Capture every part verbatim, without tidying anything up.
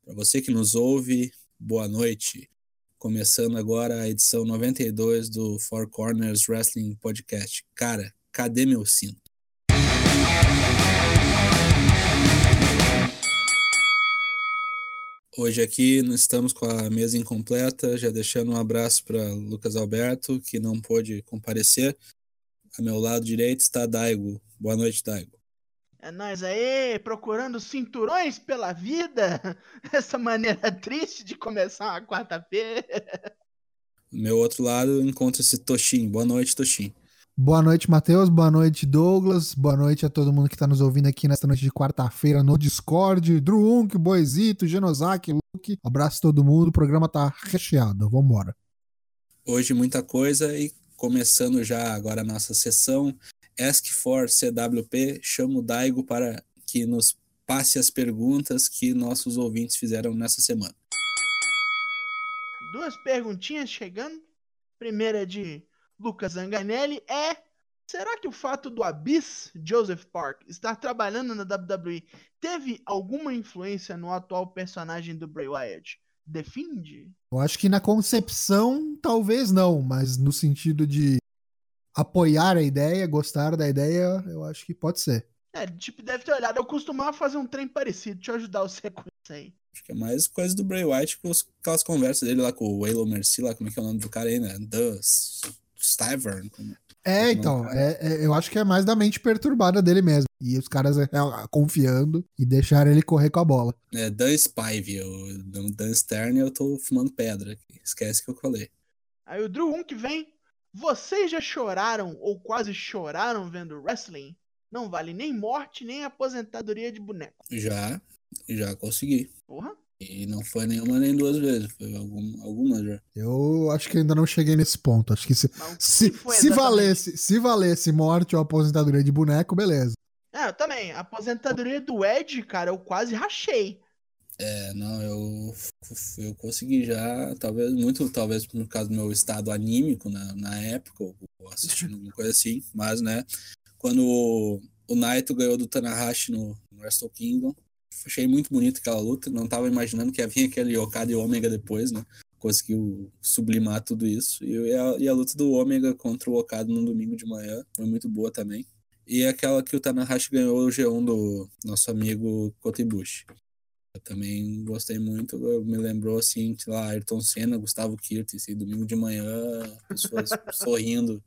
Para você que nos ouve, boa noite. Começando agora a edição noventa e dois do Four Corners Wrestling Podcast. Cara, cadê meu cinto? Hoje aqui nós estamos com a mesa incompleta, já deixando um abraço para Lucas Alberto, que não pôde comparecer. A meu lado direito está Daigo. Boa noite, Daigo. É nóis aí, procurando cinturões pela vida. Essa maneira triste de começar uma quarta-feira. Do meu outro lado encontra-se Toshin. Boa noite, Toshin. Boa noite, Matheus. Boa noite, Douglas. Boa noite a todo mundo que está nos ouvindo aqui nesta noite de quarta-feira no Discord. Druunk, Boezito, Genosaki, Luke. Abraço a todo mundo. O programa tá recheado. Vambora. Hoje muita coisa e começando já agora a nossa sessão Ask for C W P, chamo o Daigo para que nos passe as perguntas que nossos ouvintes fizeram nessa semana. Duas perguntinhas chegando. Primeira de Lucas Zanganelli é: será que o fato do Abyss, Joseph Park, estar trabalhando na W W E teve alguma influência no atual personagem do Bray Wyatt? Defende? Eu acho que na concepção, talvez não, mas no sentido de apoiar a ideia, gostar da ideia, eu acho que pode ser. É, tipo, deve ter olhado. Eu costumava fazer um trem parecido. Deixa eu ajudar você com isso aí. Acho que é mais coisa do Bray Wyatt com os, aquelas conversas dele lá com o Waylon Mercy, lá, como é que é o nome do cara aí, né? The Stavern. É, então, é, é, eu acho que é mais da mente perturbada dele mesmo. E os caras é, é, confiando e deixaram ele correr com a bola. É, Dan Spivey, o Dan Stern, eu tô fumando pedra aqui. Esquece que eu falei. Aí o Drew um que vem. Vocês já choraram ou quase choraram vendo wrestling? Não vale nem morte, nem aposentadoria de boneco. Já, já consegui. Porra. E não foi nenhuma nem duas vezes, foi algum, algumas já. Eu acho que ainda não cheguei nesse ponto. Acho que se, se, se, valesse, se valesse morte ou aposentadoria de boneco, beleza. É, eu também. A aposentadoria do Ed, cara, eu quase rachei. É, não, eu, eu consegui já, talvez, muito, talvez por causa do meu estado anímico na, na época, ou assistindo alguma coisa assim, mas, né, quando o, o Naito ganhou do Tanahashi no, no Wrestle Kingdom, achei muito bonito aquela luta, não tava imaginando que ia vir aquele Okada e Ômega depois, né, conseguiu sublimar tudo isso, e a, e a luta do Ômega contra o Okada no domingo de manhã foi muito boa também, e aquela que o Tanahashi ganhou o G um do nosso amigo Kota Ibushi. Eu também gostei muito, me lembrou assim, sei lá, Ayrton Senna, Gustavo Kirten, assim, domingo de manhã, pessoas sorrindo,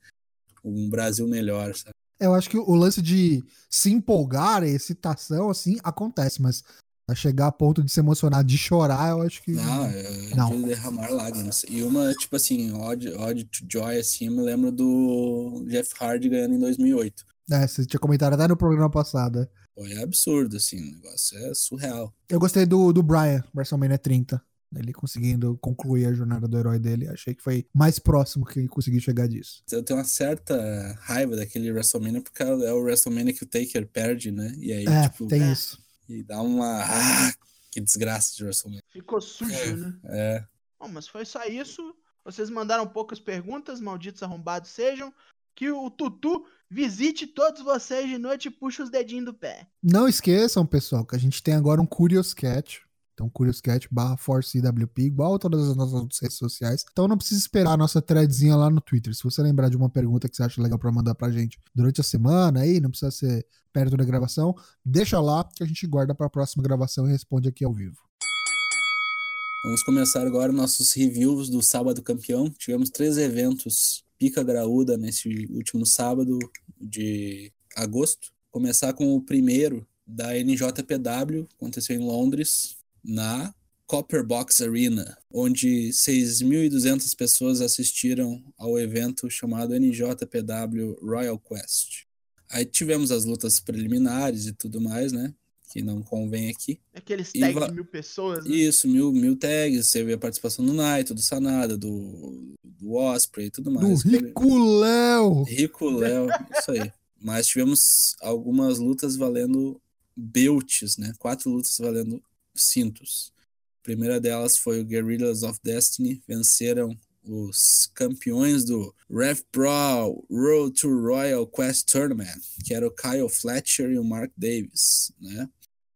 um Brasil melhor, sabe? Eu acho que o lance de se empolgar, a excitação, assim, acontece, mas a chegar a ponto de se emocionar, de chorar, eu acho que... Não, é não. de derramar lágrimas. E uma, tipo assim, Odd, Odd to Joy, assim, eu me lembro do Jeff Hardy ganhando em dois mil e oito. É, você tinha comentado até no programa passado. Foi absurdo, assim, o negócio é surreal. Eu gostei do, do Bryan, WrestleMania trinta. Ele conseguindo concluir a jornada do herói dele. Achei que foi mais próximo que ele conseguiu chegar disso. Eu tenho uma certa raiva daquele WrestleMania, porque é o WrestleMania que o Taker perde, né? E aí, é, tipo... tem é. isso. E dá uma... Ah, que desgraça de WrestleMania. Ficou sujo, é, né? É. Bom, mas foi só isso. Vocês mandaram poucas perguntas, malditos arrombados sejam. Que o Tutu visite todos vocês de noite e puxe os dedinhos do pé. Não esqueçam, pessoal, que a gente tem agora um Curious Cat. Então, Curious Cat barra Force C W P, igual a todas as nossas redes sociais. Então, não precisa esperar a nossa threadzinha lá no Twitter. Se você lembrar de uma pergunta que você acha legal pra mandar pra gente durante a semana, aí não precisa ser perto da gravação, deixa lá que a gente guarda pra próxima gravação e responde aqui ao vivo. Vamos começar agora nossos reviews do Sábado Campeão. Tivemos três eventos pica graúda nesse último sábado de agosto. Começar com o primeiro da N J P W, aconteceu em Londres, na Copper Box Arena, onde seis mil e duzentas pessoas assistiram ao evento chamado N J P W Royal Quest. Aí tivemos as lutas preliminares e tudo mais, né? Que não convém aqui. Aqueles tags va- de mil pessoas, né? Isso, mil, mil tags. Você vê a participação do Naito, do Sanada, do, do Osprey e tudo mais. Do Rico Léo! Rico Léo, isso aí. Mas tivemos algumas lutas valendo belts, né? Quatro lutas valendo cintos. A primeira delas foi o Guerrillas of Destiny. Venceram os campeões do Rev Pro Road to Royal Quest Tournament, que era o Kyle Fletcher e o Mark Davis, né?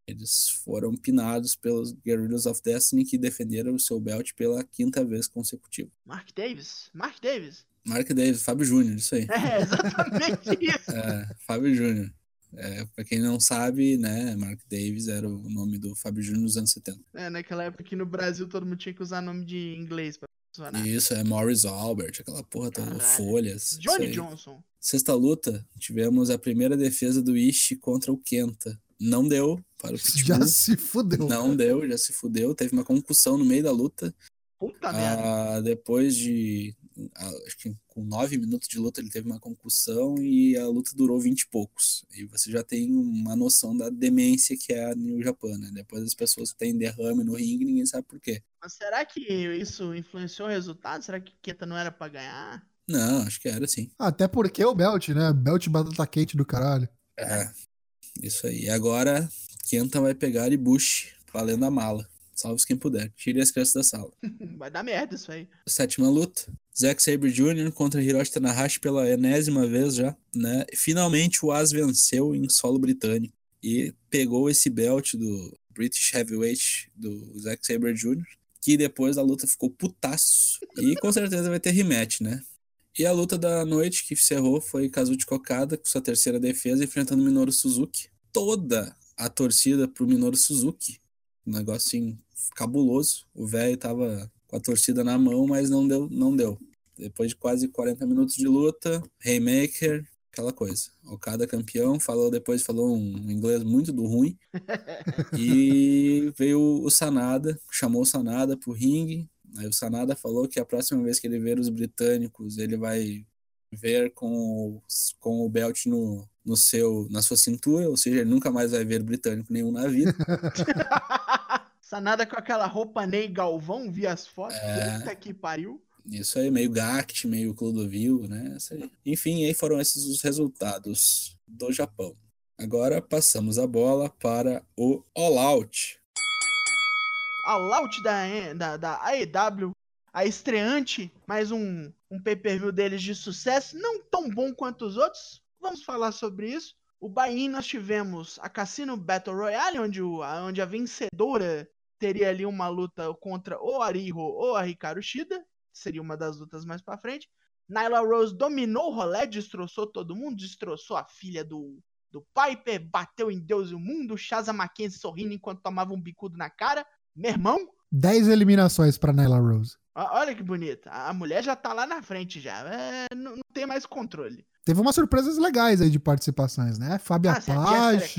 Eles foram pinados pelos Guerrillas of Destiny, que defenderam o seu belt pela quinta vez consecutiva. Mark Davis? Mark Davis? Mark Davis, Fábio Júnior, isso aí. É, exatamente isso. É, Fábio Júnior. É, pra quem não sabe, né, Mark Davis era o nome do Fábio Júnior nos anos setenta. É, naquela época que no Brasil todo mundo tinha que usar nome de inglês pra funcionar. Isso, é Morris Albert, aquela porra toda, Caralho. Folhas. Johnny Johnson. Sexta luta, tivemos a primeira defesa do Ishii contra o Kenta. Não deu para o Pitbull. Já se fudeu. Não deu, já se fudeu. Teve uma concussão no meio da luta. Puta ah, merda. Depois de... Ah, acho que com nove minutos de luta ele teve uma concussão e a luta durou vinte e poucos. E você já tem uma noção da demência que é a New Japan, né? Depois as pessoas têm derrame no ringue e ninguém sabe por quê. Mas será que isso influenciou o resultado? Será que Kenta não era pra ganhar? Não, acho que era sim. Até porque o belt, né? Belt batata quente do caralho. É, isso aí. E agora, Kenta vai pegar Ibushi, valendo a mala. Salve quem puder. Tire as crianças da sala. Vai dar merda isso aí. Sétima luta. Zack Sabre Júnior contra Hiroshi Tanahashi pela enésima vez já, né? Finalmente o As venceu em solo britânico e pegou esse belt do British Heavyweight do Zack Sabre Júnior, que depois da luta ficou putaço. E com certeza vai ter rematch, né? E a luta da noite que encerrou foi Kazuchi Okada com sua terceira defesa enfrentando Minoru Suzuki. Toda a torcida pro Minoru Suzuki. Um negócio assim, cabuloso. O velho tava com a torcida na mão, mas não deu, não deu. Depois de quase quarenta minutos de luta, Haymaker, aquela coisa. Okada campeão, falou depois falou um inglês muito do ruim. E veio o Sanada, chamou o Sanada pro ringue. Aí o Sanada falou que a próxima vez que ele ver os britânicos, ele vai ver com o, com o belt no, no seu, na sua cintura, ou seja, ele nunca mais vai ver britânico nenhum na vida. Sanada com aquela roupa Ney Galvão, vi as fotos. É... Puta que pariu. Isso aí, meio Gact, meio Clodovil, né? Isso aí. Enfim, aí foram esses os resultados do Japão. Agora passamos a bola para o All Out. All Out da, da, da A E W, a estreante, mais um, um pay-per-view deles de sucesso, não tão bom quanto os outros. Vamos falar sobre isso. O buy-in nós tivemos a Cassino Battle Royale, onde, o, onde a vencedora teria ali uma luta contra ou a Riho ou a Hikaru Shida. Seria uma das lutas mais pra frente. Nyla Rose dominou o rolê, destroçou todo mundo, destroçou a filha do, do Piper, bateu em Deus e o mundo, Shaza Mackenzie sorrindo enquanto tomava um bicudo na cara. Meu irmão... dez eliminações pra Nyla Rose. Olha que bonita. A mulher já tá lá na frente já. É, não, não tem mais controle. Teve umas surpresas legais aí de participações, né? Fábio Ah, Apache,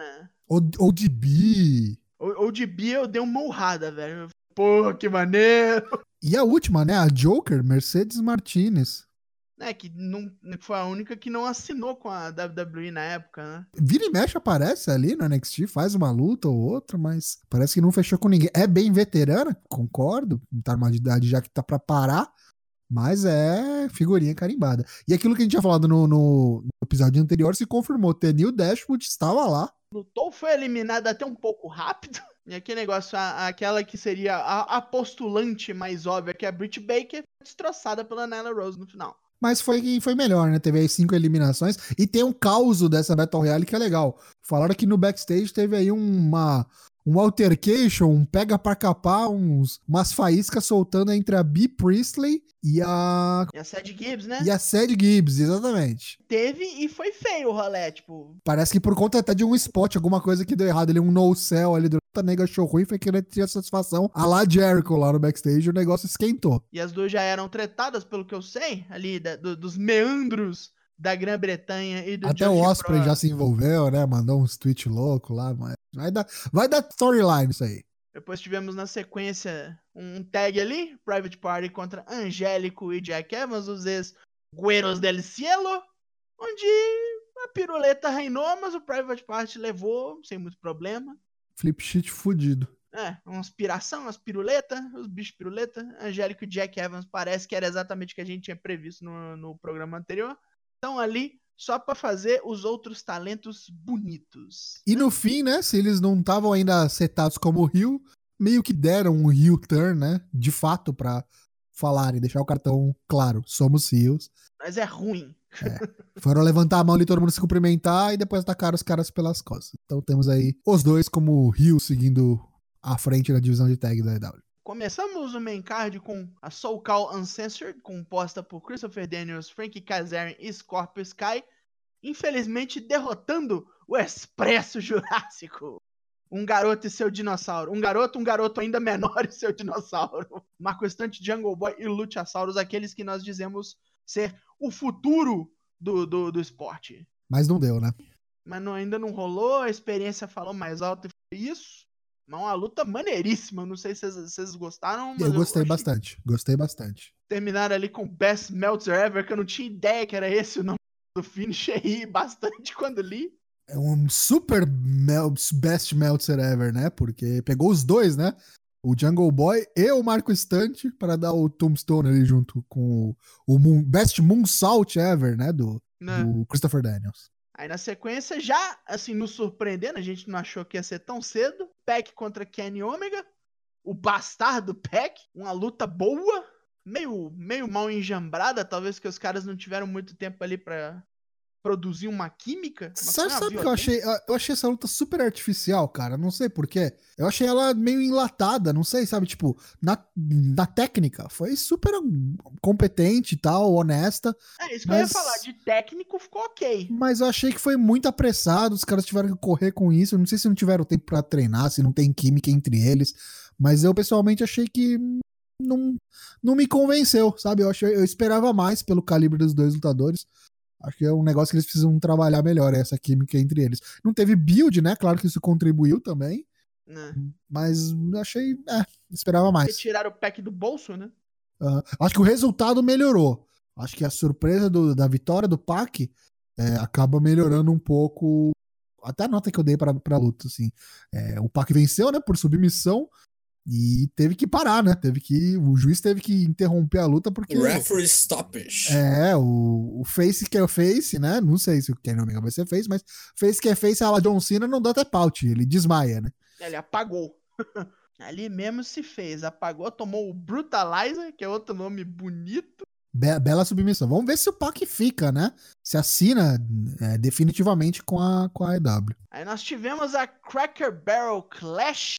O D B. O D B eu dei uma honrada, velho. Pô, que maneiro. E a última, né? A Joker, Mercedes Martinez. É, que não, foi a única que não assinou com a W W E na época, né? Vira e mexe aparece ali no N X T, faz uma luta ou outra, mas parece que não fechou com ninguém. É bem veterana, concordo, tá numa idade já que tá pra parar, mas é figurinha carimbada. E aquilo que a gente tinha falado no, no, no episódio anterior se confirmou, Tenil Dashwood estava lá. Lutou, foi eliminada até um pouco rápido. E aquele negócio, a, aquela que seria a, a postulante mais óbvia, que é a Britt Baker, destroçada pela Nyla Rose no final. Mas foi, foi melhor, né? Teve aí cinco eliminações. E tem um caos dessa Battle Royale que é legal. Falaram que no backstage teve aí uma, um altercation, um pega pra capar, uns, umas faíscas soltando entre a Bea Priestley e a... E a Sadie Gibbs, né? E a Sadie Gibbs, exatamente. Teve e foi feio o rolê, tipo... Parece que por conta até de um spot, alguma coisa que deu errado. Ele um no-sell ali, a nega achou ruim, foi querer ter satisfação. A lá Jericho lá no backstage, o negócio esquentou. E as duas já eram tretadas, pelo que eu sei, ali da, do, dos meandros da Grã-Bretanha e do até George o Osprey Pro... já se envolveu, né? Mandou uns tweets loucos lá, mas vai dar, vai dar storyline isso aí. Depois tivemos na sequência um tag ali, Private Party contra Angélico e Jack Evans, os ex-Gueros del Cielo, onde a piruleta reinou, mas o Private Party levou sem muito problema. Flip shit fudido. É, uma aspiração, umas piruletas, os bichos piruleta. Angélico e Jack Evans parece que era exatamente o que a gente tinha previsto no, no programa anterior. Estão ali só pra fazer os outros talentos bonitos. E no fim, né, se eles não estavam ainda setados como heel, meio que deram um heel turn, né, de fato pra falarem, deixar o cartão claro, somos heels. Mas é ruim. É. Foram levantar a mão e todo mundo se cumprimentar e depois atacaram os caras pelas costas. Então temos aí os dois como Rio seguindo à frente da divisão de tag da E W. Começamos o main card com a Soul Call Uncensored, composta por Christopher Daniels, Frankie Kazarian e Scorpio Sky, infelizmente derrotando o Expresso Jurássico. Um garoto e seu dinossauro. Um garoto, um garoto ainda menor e seu dinossauro. Marco Estante, Jungle Boy e Luchasaurus, aqueles que nós dizemos ser o futuro do, do, do esporte. Mas não deu, né? Mas não, ainda não rolou, a experiência falou mais alto e foi isso. Mas uma luta maneiríssima, não sei se vocês gostaram. Mas eu gostei eu bastante, gostei bastante. Terminaram ali com Best Meltzer Ever, que eu não tinha ideia que era esse o nome do finish, ri bastante quando li. É um super mel- Best Meltzer Ever, né? Porque pegou os dois, né? O Jungle Boy e o Marco Estante para dar o Tombstone ali junto com o, o Moon, Best Moonsault Ever, né? Do, Né? do Christopher Daniels. Aí na sequência, já assim, nos surpreendendo, a gente não achou que ia ser tão cedo. Pac contra Kenny Omega. O bastardo Pac. Uma luta boa. Meio, meio mal enjambrada, talvez que os caras não tiveram muito tempo ali pra produzir uma química. Mas Sabe, foi uma sabe que eu violência. achei? Eu achei essa luta super artificial, cara. Não sei porquê. Eu achei ela meio enlatada, não sei, sabe? Tipo, na, na técnica, foi super competente e tal, honesta. É isso que mas- eu ia falar. De técnico ficou ok. Mas eu achei que foi muito apressado, os caras tiveram que correr com isso. Eu não sei se não tiveram tempo pra treinar, se não tem química entre eles. Mas eu pessoalmente achei que não, não me convenceu, sabe? Eu, achei, eu esperava mais pelo calibre dos dois lutadores. Acho que é um negócio que eles precisam trabalhar melhor, essa química entre eles. Não teve build, né? Claro que isso contribuiu também. Né? Mas eu achei. É, esperava mais. Retiraram o Pac do bolso, né? Uh, acho que o resultado melhorou. Acho que a surpresa do- da vitória do Pac é, acaba melhorando um pouco. Até a nota que eu dei pra, pra luta, assim. É, o Pac venceu, né? Por submissão. E teve que parar, né? Teve que. O juiz teve que interromper a luta porque. Referee stoppage. É, o, o face que é o face, né? Não sei se o Kenny Omega vai ser face, mas face que é face, a la John Cena não dá até paute, ele desmaia, né? Ele apagou. Ali mesmo se fez. Apagou, tomou o Brutalizer, que é outro nome bonito. Be- bela submissão. Vamos ver se o Pac fica, né? Se assina é, definitivamente com a, com a E W. Aí nós tivemos a Cracker Barrel Clash.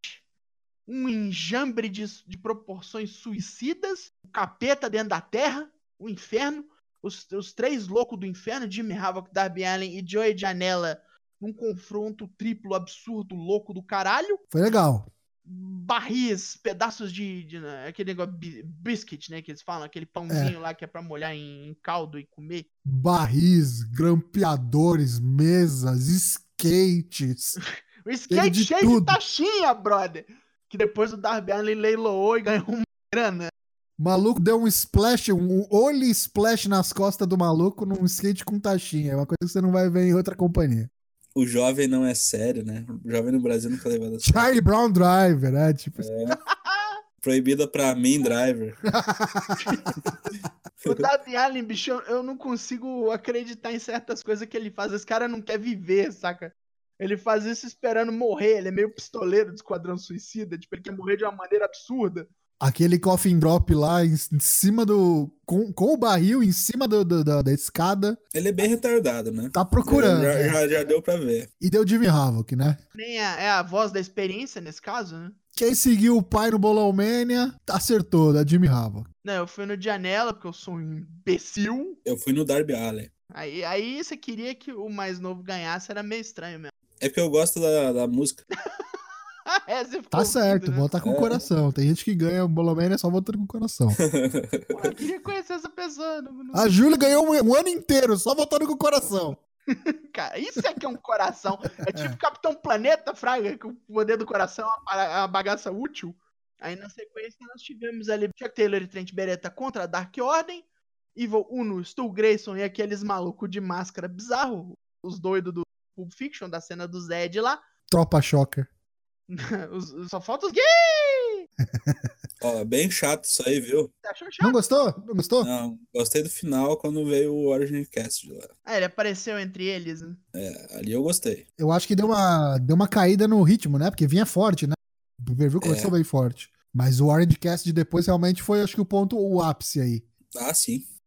Um enjambre de, de proporções suicidas. O capeta dentro da terra. O inferno. Os, os três loucos do inferno. Jimmy Havoc, Darby Allin e Joey Janela. Num confronto triplo absurdo, louco do caralho. Foi legal. Barris, pedaços de, de né, aquele negócio bi- biscuit, né, que eles falam, aquele pãozinho lá que é pra molhar em, em caldo e comer. Barris, grampeadores, mesas, skates. O Teve skate de cheio tudo. de taxinha, brother. Que depois o Darby Allin leiloou e ganhou uma grana. O maluco deu um splash, um olho splash nas costas do maluco num skate com taxinha. É uma coisa que você não vai ver em outra companhia. O jovem não é sério, né? O jovem no Brasil nunca é levado a sério. Charlie Brown Driver, né? Tipo, Proibida pra mim, driver. O Darby Allin, bicho, eu- eu não consigo acreditar em certas coisas que ele faz. Esse cara não quer viver, saca? Ele faz isso esperando morrer. Ele é meio pistoleiro do Esquadrão Suicida. Tipo, ele quer morrer de uma maneira absurda. aquele coffin drop lá em, em cima do. Com, com o barril em cima do, do- da, da escada. Ele é bem retardado, né? Tá procurando. Já, né? já, já deu pra ver. E deu Jimmy Havoc, né? Nem a, é a voz da experiência nesse caso, né? Quem seguiu o pai no Bolão Mania acertou, da Jimmy Havoc. Não, eu fui no Janela, porque eu sou um imbecil. Eu fui no Darby Allin. Aí, aí você queria que o mais novo ganhasse, era meio estranho mesmo. É porque eu gosto da, da música. É, você ficou Tá ouvindo, certo, né? votar com o É. coração. Tem gente que ganha o Bolão Mania só votando com o coração. Pô, eu queria conhecer essa pessoa. Não, não- A Júlia ganhou um, um ano inteiro só votando com o coração. Cara, isso é que é um coração. É tipo Capitão Planeta, Fraga, que o poder do coração é uma, para- é uma bagaça útil. Aí na sequência nós tivemos ali Chuck Taylor e Trent Beretta contra a Dark Order, Evil Uno, Stu Grayson e aqueles malucos de máscara bizarro, os doidos do Pulp Fiction, da cena do Zed lá. Tropa Shocker. Os- os- só falta os gays! Ó, bem chato isso aí, viu? Você achou Não chato? gostou? Não gostou? Não, gostei do final quando veio o Origin Cast de lá. Ah, ele apareceu entre eles, né? É, ali eu gostei. Eu acho que deu uma, deu uma caída no ritmo, né? Porque vinha forte, né? O pay-per-view começou bem forte. Mas o Orange Cast de depois realmente foi, acho que o ponto, o ápice aí. Ah, sim.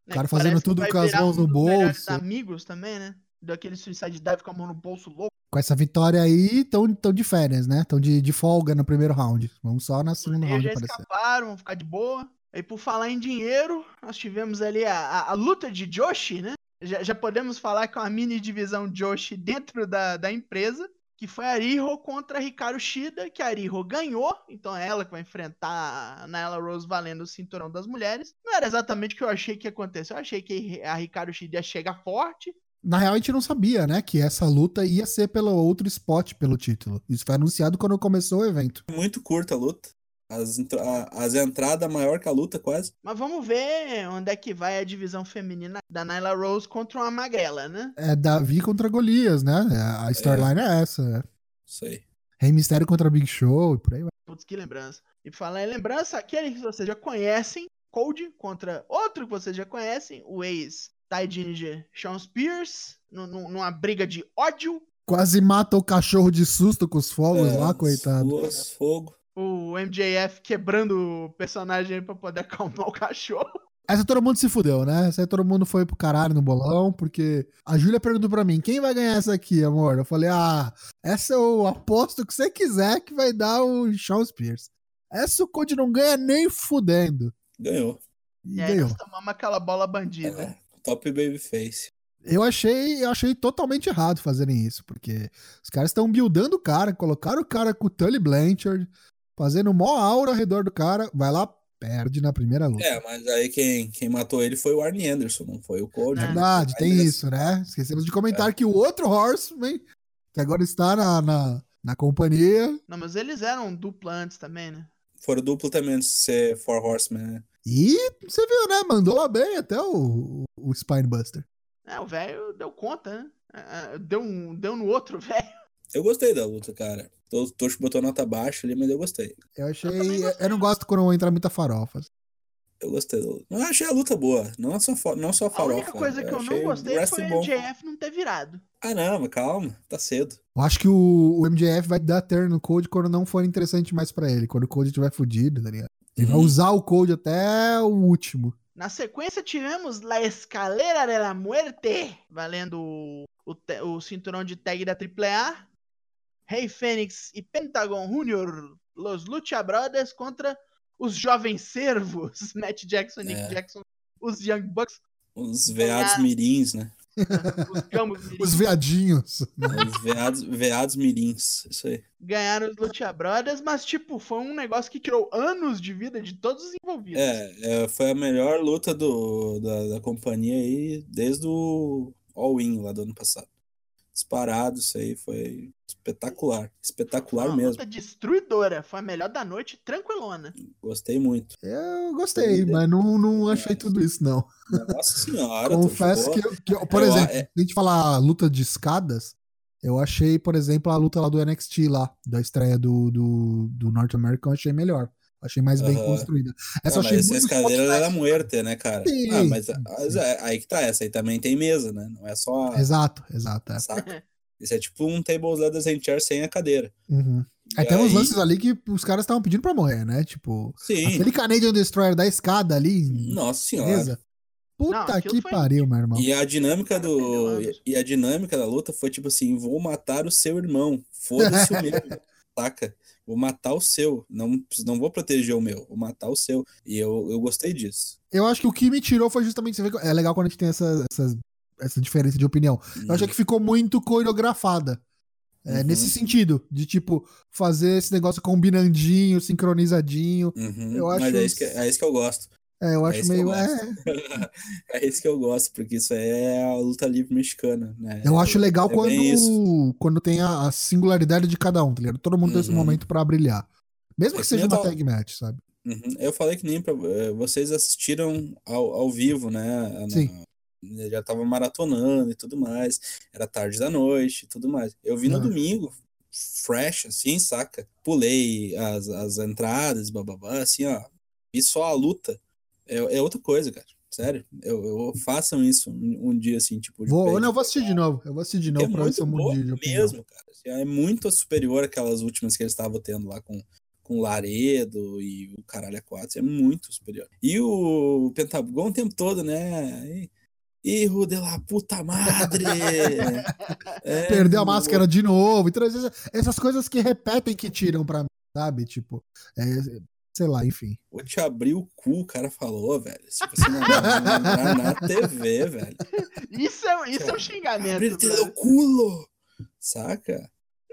O cara fazendo tudo com as mãos no bolso. Amigos também, né? Daquele Suicide Dive com a mão no bolso louco. Com essa vitória aí, estão tão de férias, né? Estão de, de folga no primeiro round. Vamos só na segunda round já aparecer. Escaparam, vão ficar de boa. E por falar em dinheiro, nós tivemos ali a, a, a luta de Joshi, né? Já, já podemos falar que é uma mini divisão Joshi dentro da, da empresa, que foi a Riho contra a Hikaru Shida, que a Riho ganhou, então é ela que vai enfrentar a Nyla Rose valendo o cinturão das mulheres. Não era exatamente o que eu achei que ia acontecer, eu achei que a Hikaru Shida ia chegar forte. Na real, a gente não sabia, né, que essa luta ia ser pelo outro spot pelo título. Isso foi anunciado quando começou o evento. Muito curta a luta. As, as entradas maior que a luta, quase. Mas vamos ver onde é que vai a divisão feminina da Nyla Rose contra uma magrela, né? É Davi contra Golias, né? A storyline é, é essa, né? Isso aí. Rei Mistério contra Big Show e por aí vai. Putz, que lembrança. E falar em lembrança, aquele que vocês já conhecem, Cody contra outro que vocês já conhecem, o ex-Tide Ninja Shawn Spears, numa briga de ódio. Quase mata o cachorro de susto com os fogos é, lá, coitado. Os fogo. O M J F quebrando o personagem pra poder acalmar o cachorro. Essa todo mundo se fudeu, né? Essa aí todo mundo foi pro caralho no bolão, porque a Júlia perguntou pra mim, quem vai ganhar essa aqui, amor? Eu falei, ah, essa eu aposto que você quiser que vai dar o Shawn Spears. Essa o Cody não ganha nem fudendo. Ganhou. E, e aí ganhou. nós tomamos aquela bola bandida. É, top babyface. Eu achei, eu achei totalmente errado fazerem isso, porque os caras estão buildando o cara, colocaram o cara com o Tully Blanchard, fazendo mó aura ao redor do cara, vai lá, perde na primeira luta. É, mas aí quem, quem matou ele foi o Arn Anderson, não foi o Cody. É verdade, tem isso, né? Esquecemos de comentar é. que o outro Horseman, que agora está na, na, na companhia... Não, mas eles eram dupla antes também, né? Foram duplo também antes de ser Four Horsemen, né? E você viu, né? Mandou lá bem até o, o Spinebuster. É, o velho deu conta, né? Deu, um, deu no outro, velho. Eu gostei da luta, cara. O Tocho botou nota baixa ali, mas eu gostei. Eu achei... Eu, eu não gosto quando entra muita farofa. Eu gostei da luta. Eu achei a luta boa. Não só, não só farofa. A única coisa que eu, eu não gostei foi o M J F não ter virado. Ah, não, mas calma. Tá cedo. Eu acho que o, o M J F vai dar turn no Code quando não for interessante mais pra ele. Quando o Code estiver fudido, tá ligado? Ele hum. vai usar o Code até o último. Na sequência tivemos La Escalera de la Muerte, valendo o, o, o cinturão de tag da Triple A. Rey Fênix e Pentagon Junior, Los Lucha Brothers contra os jovens servos, Matt Jackson, Nick é. Jackson, os Young Bucks. Os veados mirins, né? Os gamos mirins. Os veadinhos. Os veados, veados mirins, isso aí. Ganharam os Lucha Brothers, mas tipo, foi um negócio que tirou anos de vida de todos os envolvidos. É, é foi a melhor luta do, da, da companhia aí desde o All-In lá do ano passado. Disparado, isso aí foi espetacular. Espetacular foi uma mesmo. Luta destruidora, foi a melhor da noite, tranquilona. Gostei muito. Eu gostei, foi mas não, não achei tudo isso, não. Nossa senhora. Confesso que, eu, que eu, por eu, exemplo, é... se a gente falar luta de escadas, eu achei, por exemplo, a luta lá do N X T lá, da estreia do, do, do North American, eu achei melhor. Achei mais bem uhum. construída. Essa não, achei essa escadeira da muerte, né, cara? Sim, ah, mas sim. Aí que tá, essa aí também tem mesa, né? Não é só... Exato, exato. É. Saca? Isso é tipo um tables, ladders and chairs sem a cadeira. Uhum. Aí tem uns lances ali que os caras estavam pedindo pra morrer, né? Tipo, sim. Aquele Canadian Destroyer da escada ali. Nossa senhora. Mesa. Puta não, que foi... pariu, meu irmão. E a dinâmica do... E a dinâmica da luta foi tipo assim, vou matar o seu irmão. Foda-se o meu, saca? Vou matar o seu, não, não vou proteger o meu, vou matar o seu. E eu, eu gostei disso. Eu acho que o que me tirou foi justamente, você vê que é legal quando a gente tem essa, essa, essa diferença de opinião. Uhum. Eu achei que ficou muito coreografada. É, uhum. Nesse sentido, de tipo, fazer esse negócio combinandinho, sincronizadinho. Uhum. Eu acho Mas é isso, que, é isso que eu gosto. É, eu acho é meio... É... é isso que eu gosto, porque isso é a luta livre mexicana, né? Eu acho legal é quando, quando tem a, a singularidade de cada um, tá ligado? Todo mundo uhum. tem esse momento pra brilhar. Mesmo é que seja uma tag match, sabe? Uhum. Eu falei que nem pra... Vocês assistiram ao, ao vivo, né? Sim. Na... Já tava maratonando e tudo mais. Era tarde da noite e tudo mais. Eu vi no ah. domingo, fresh, assim, saca? Pulei as, as entradas, bababá, assim, ó. Vi só a luta. É, é outra coisa, cara. Sério. Eu, eu façam isso um, um dia, assim, tipo... De vou, não, eu vou assistir de novo. Eu vou assistir de novo é pra ver se eu mudo de opinião. Mesmo, cara. Assim, é muito superior àquelas últimas que eles estavam tendo lá com, com Laredo e o caralho a quatro, é muito superior. E o Pentagon o tempo todo, né? Erro de la puta madre! É, Perdeu a máscara de novo. Então, essas coisas que repetem que tiram pra mim, sabe? Tipo, é, sei lá, enfim. Vou te abrir o cu, o cara falou, velho. Tipo assim, na, na, na, na T V, velho. Isso é, isso é um xingamento. Abre o culo! Saca?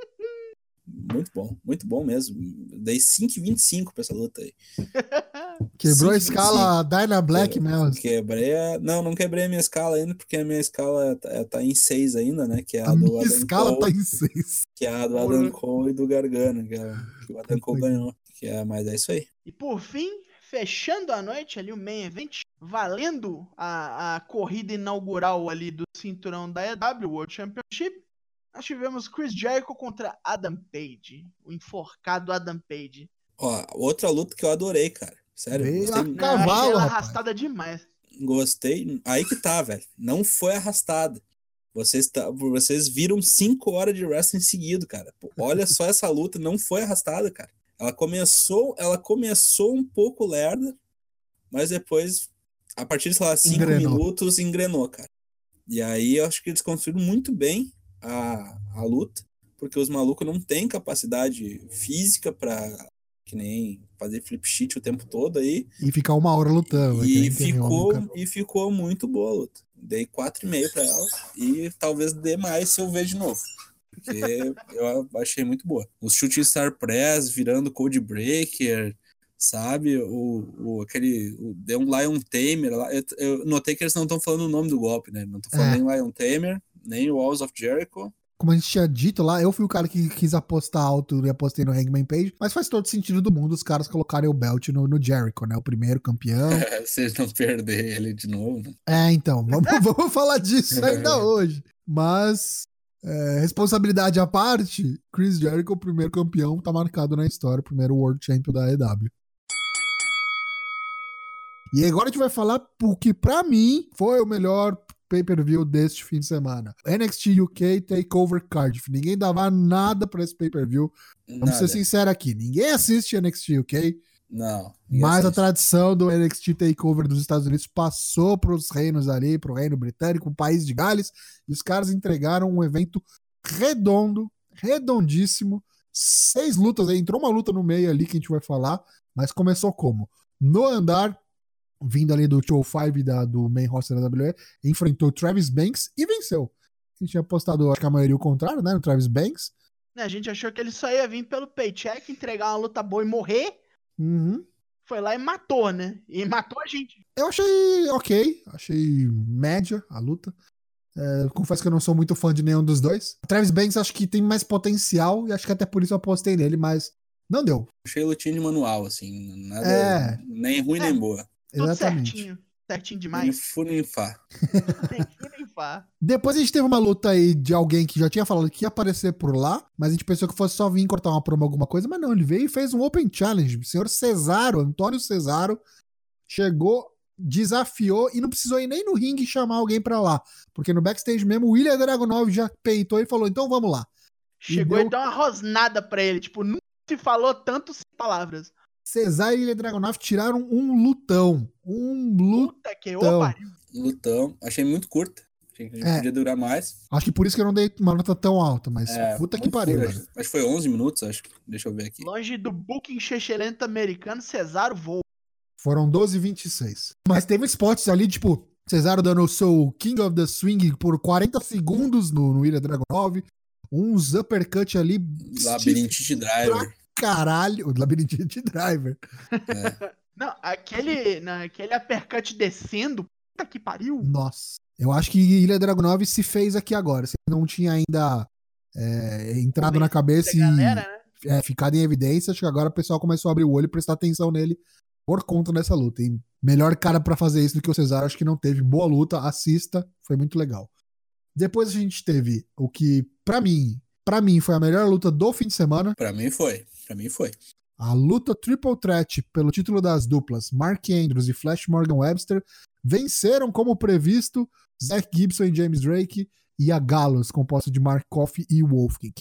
Muito bom, muito bom mesmo. Dei cinco e vinte e cinco pra essa luta aí. Quebrou a escala Dyna Black mesmo. Quebrei a... Não, não quebrei a minha escala ainda, porque a minha escala tá, tá em seis ainda, né? Que é a, a do minha Adam escala Cole, tá em seis. Que é a do Adam Cole e do Gargano, que, é, que o Adam Cole ganhou. Que é, mas é isso aí. E por fim, fechando a noite ali, o main event, valendo a, a corrida inaugural ali do cinturão da E W World Championship, nós tivemos Chris Jericho contra Adam Page, o enforcado Adam Page. Ó, outra luta que eu adorei, cara. Sério, Veio gostei. a Não, cavalo, eu achei ela rapaz. arrastada demais. Gostei. Aí que tá, velho. Não foi arrastada. Vocês, tá, vocês viram cinco horas de wrestling seguido, cara. Pô, olha só essa luta, não foi arrastada, cara. Ela começou, ela começou um pouco lerda, mas depois, a partir de, sei lá, cinco Engrenou. minutos, engrenou, cara. E aí eu acho que eles construíram muito bem a, a luta, porque os malucos não têm capacidade física pra, que nem fazer flip sheet o tempo todo aí. E ficar uma hora lutando. E, ficou, e ficou muito boa a luta. Dei quatro e meio pra ela e talvez dê mais se eu ver de novo. Porque eu achei muito boa. Os Shooting Star Press virando Code Breaker, sabe? O, o, aquele, o, deu um Lion Tamer lá. Eu, eu notei que eles não estão falando o nome do golpe, né? Não estão falando É. nem Lion Tamer, nem Walls of Jericho. Como a gente tinha dito lá, eu fui o cara que quis apostar alto e apostei no Hangman Page, mas faz todo sentido do mundo os caras colocarem o belt no, no Jericho, né? O primeiro campeão. Vocês não perder ele de novo, né? É, então, vamos, vamos falar disso ainda hoje. Mas, é, responsabilidade à parte, Chris Jericho, o primeiro campeão, tá marcado na história, o primeiro World Champion da A E W. E agora a gente vai falar o que pra mim foi o melhor pay-per-view deste fim de semana. N X T U K Takeover Cardiff. Ninguém dava nada pra esse pay-per-view. Vamos Nada. ser sinceros aqui. Ninguém assiste N X T U K. Não. Mas a tradição do N X T Takeover dos Estados Unidos passou pros reinos ali, pro reino britânico, o país de Gales, e os caras entregaram um evento redondo, redondíssimo. Seis lutas aí. Entrou uma luta no meio ali que a gente vai falar, mas começou como? No andar, vindo ali do Show cinco da, do main roster da W W E, enfrentou Travis Banks e venceu. A gente tinha apostado, acho que a maioria o contrário, né, no Travis Banks. A gente achou que ele só ia vir pelo paycheck, entregar uma luta boa e morrer. Uhum. Foi lá e matou, né? E matou a gente. Eu achei ok, achei média a luta. É, confesso que eu não sou muito fã de nenhum dos dois. Travis Banks acho que tem mais potencial e acho que até por isso eu apostei nele, mas não deu. Achei lutinha de manual, assim. Nada, É. nem ruim É. nem boa. Tudo Exatamente. certinho. Certinho Nem demais. fu nem fá. Nem fu nem fá. Depois a gente teve uma luta aí de alguém que já tinha falado que ia aparecer por lá, mas a gente pensou que fosse só vir cortar uma promo alguma coisa, mas não, ele veio e fez um Open Challenge. O senhor Cesaro, Antônio Cesaro, chegou, desafiou e não precisou ir nem no ringue chamar alguém pra lá, porque no backstage mesmo o William Dragunov já peitou e falou, então vamos lá. Chegou deu- e deu uma rosnada pra ele. Tipo, nunca se falou tanto sem palavras. Cesaro e Ilya Dragunov tiraram um lutão. Um lutão. Puta que ô Então. pariu. Lutão. Achei muito curta. Achei que É. podia durar mais. Acho que por isso que eu não dei uma nota tão alta, mas É, puta que muito pariu, curta. velho. Acho, acho que foi onze minutos, acho. Deixa eu ver aqui. Longe do booking chechelento americano, Cesaro voa. Foram doze e vinte e seis. Mas teve spots ali, tipo, Cesaro dando o seu King of the Swing por quarenta segundos no, no Ilya Dragunov. Uns uppercut ali. Labirintite Driver. Caralho. O Labirintite Driver. É. Não, aquele, não, aquele uppercut descendo, puta que pariu. Nossa. Eu acho que Ilya Dragunov se fez aqui agora. Você não tinha ainda é, entrado na cabeça Da galera, né? e é, ficado em evidência. Acho que agora o pessoal começou a abrir o olho e prestar atenção nele por conta dessa luta. E melhor cara pra fazer isso do que o Cesaro, acho que não teve. Boa luta, assista, foi muito legal. Depois a gente teve o que, pra mim, pra mim foi a melhor luta do fim de semana. Pra mim foi. Pra mim foi. A luta Triple Threat pelo título das duplas Mark Andrews e Flash Morgan Webster venceram como previsto Zack Gibson e James Drake e a Gallows, composta de Mark Coffey e Wolfgang.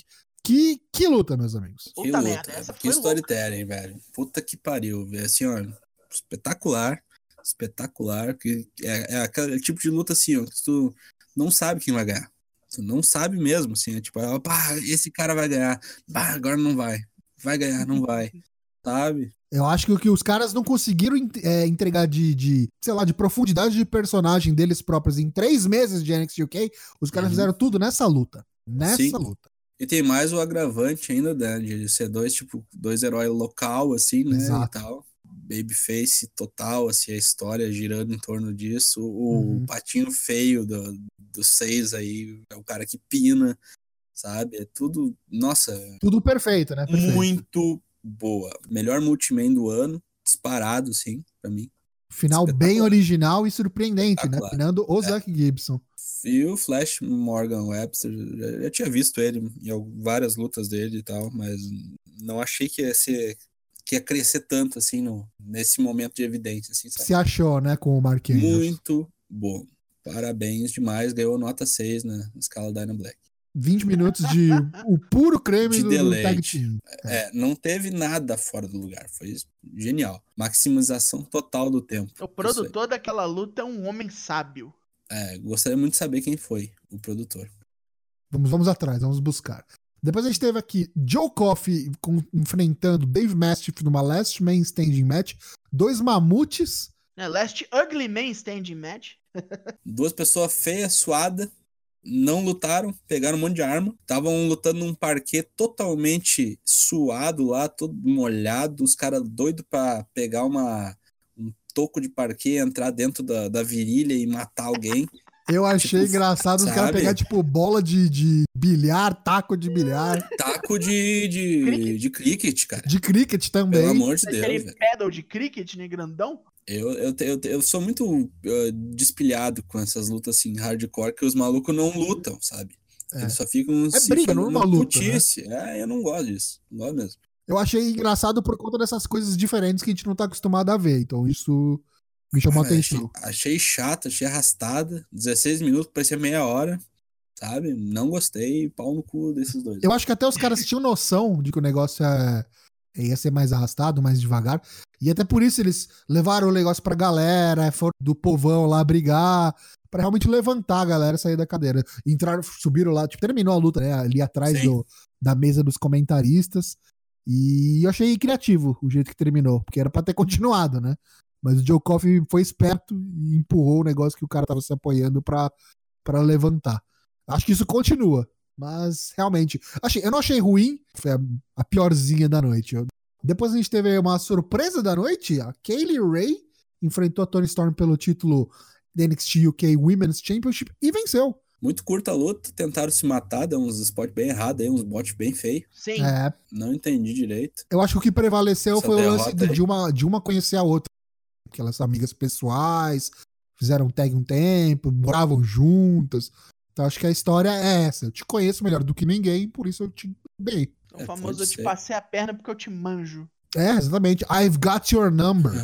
Que, que luta, meus amigos. Que Puta luta, merda, essa que foi louca. storytelling, velho. Puta que pariu, velho. Assim, ó, espetacular. Espetacular. Que é, é aquele tipo de luta assim, ó, que tu não sabe quem vai ganhar. Tu não sabe mesmo, assim. É tipo, ó, pá, esse cara vai ganhar. Pá, agora não vai. Vai ganhar, não vai. Sabe? Eu acho que o que os caras não conseguiram é, entregar de, de, sei lá, de profundidade de personagem deles próprios em três meses de N X T U K, os caras Uhum. fizeram tudo nessa luta. Nessa Sim. luta. E tem mais o agravante ainda, né, de ser dois, tipo, dois heróis local, assim, né, Exato. e tal. Babyface total, assim, a história girando em torno disso. O Uhum. patinho feio do, dos seis aí, é o cara que pina, sabe? É tudo, nossa, Tudo perfeito, né? Perfeito. muito boa. Melhor multiman do ano, disparado, sim, pra mim. Final bem Espetacular. original e surpreendente, né? Espetacular. Finando o É. Zack Gibson. E o Flash Morgan Webster, já, já tinha visto ele em al- várias lutas dele e tal, mas não achei que ia ser, que ia crescer tanto assim no, nesse momento de evidência, assim, sabe? Se achou, né, com o Mark Andrews. Muito bom. Parabéns demais, ganhou nota seis na escala Dyna Black. vinte minutos de o puro creme De do, do tag deleite. team. É. É, não teve nada fora do lugar, foi genial. Maximização total do tempo. O Isso aí. produtor daquela luta é um homem sábio. É, gostaria muito de saber quem foi o produtor. Vamos, vamos atrás, vamos buscar. Depois a gente teve aqui Joe Coffey com- enfrentando Dave Mastiff numa Last Man Standing Match. Dois mamutes. Né? Last Ugly Man Standing Match. Duas pessoas feias, suadas, não lutaram, pegaram um monte de arma, estavam lutando num parquê totalmente suado lá, todo molhado, os caras doidos pra pegar uma, um toco de parquê, entrar dentro da, da virilha e matar alguém. Eu achei Tipo, engraçado os caras sabe? pegar, tipo, bola de, de bilhar, taco de bilhar, Taco de, de, Cricket. de cricket, cara. de cricket também. Pelo amor de Deus, Aquele velho. pedal de cricket, né, grandão? Eu, eu, eu, eu sou muito uh, despilhado com essas lutas assim, hardcore, que os malucos não lutam, sabe? É. Eles só ficam É se briga, não é fazendo uma luta, putice. É, eu não gosto disso. Não gosto mesmo. Eu achei engraçado por conta dessas coisas diferentes que a gente não tá acostumado a ver. Então isso me chamou a Ah, achei, atenção. achei chato, achei arrastada. dezesseis minutos, parecia meia hora, sabe? Não gostei, pau no cu desses dois. Eu acho que até os caras tinham noção de que o negócio é- ia ser mais arrastado, mais devagar. E até por isso eles levaram o negócio pra galera, foram do povão lá brigar, pra realmente levantar a galera, sair da cadeira. Entraram, subiram lá, tipo, terminou a luta, né? Ali atrás Sim. do, da mesa dos comentaristas. E eu achei criativo o jeito que terminou, porque era pra ter continuado, né? Mas o Joe Coffey foi esperto e empurrou o negócio que o cara tava se apoiando pra, pra levantar. Acho que isso continua. Mas, realmente, achei, eu não achei ruim. Foi a, a piorzinha da noite. Eu- depois a gente teve uma surpresa da noite. A Kaylee Ray enfrentou a Toni Storm pelo título da N X T U K Women's Championship e venceu. Muito curta a luta, tentaram se matar, deu uns spots bem errados aí, uns bots bem feios. Sim. É, Não entendi direito. eu acho que o que prevaleceu Essa foi o lance derrota de, aí. de uma, de uma conhecer a outra. Aquelas amigas pessoais, fizeram tag um tempo, moravam juntas. Então acho que a história é essa. Eu te conheço melhor do que ninguém, por isso eu te dei. O É, famoso pode eu te ser. passei a perna porque eu te manjo. É, exatamente. I've got your number.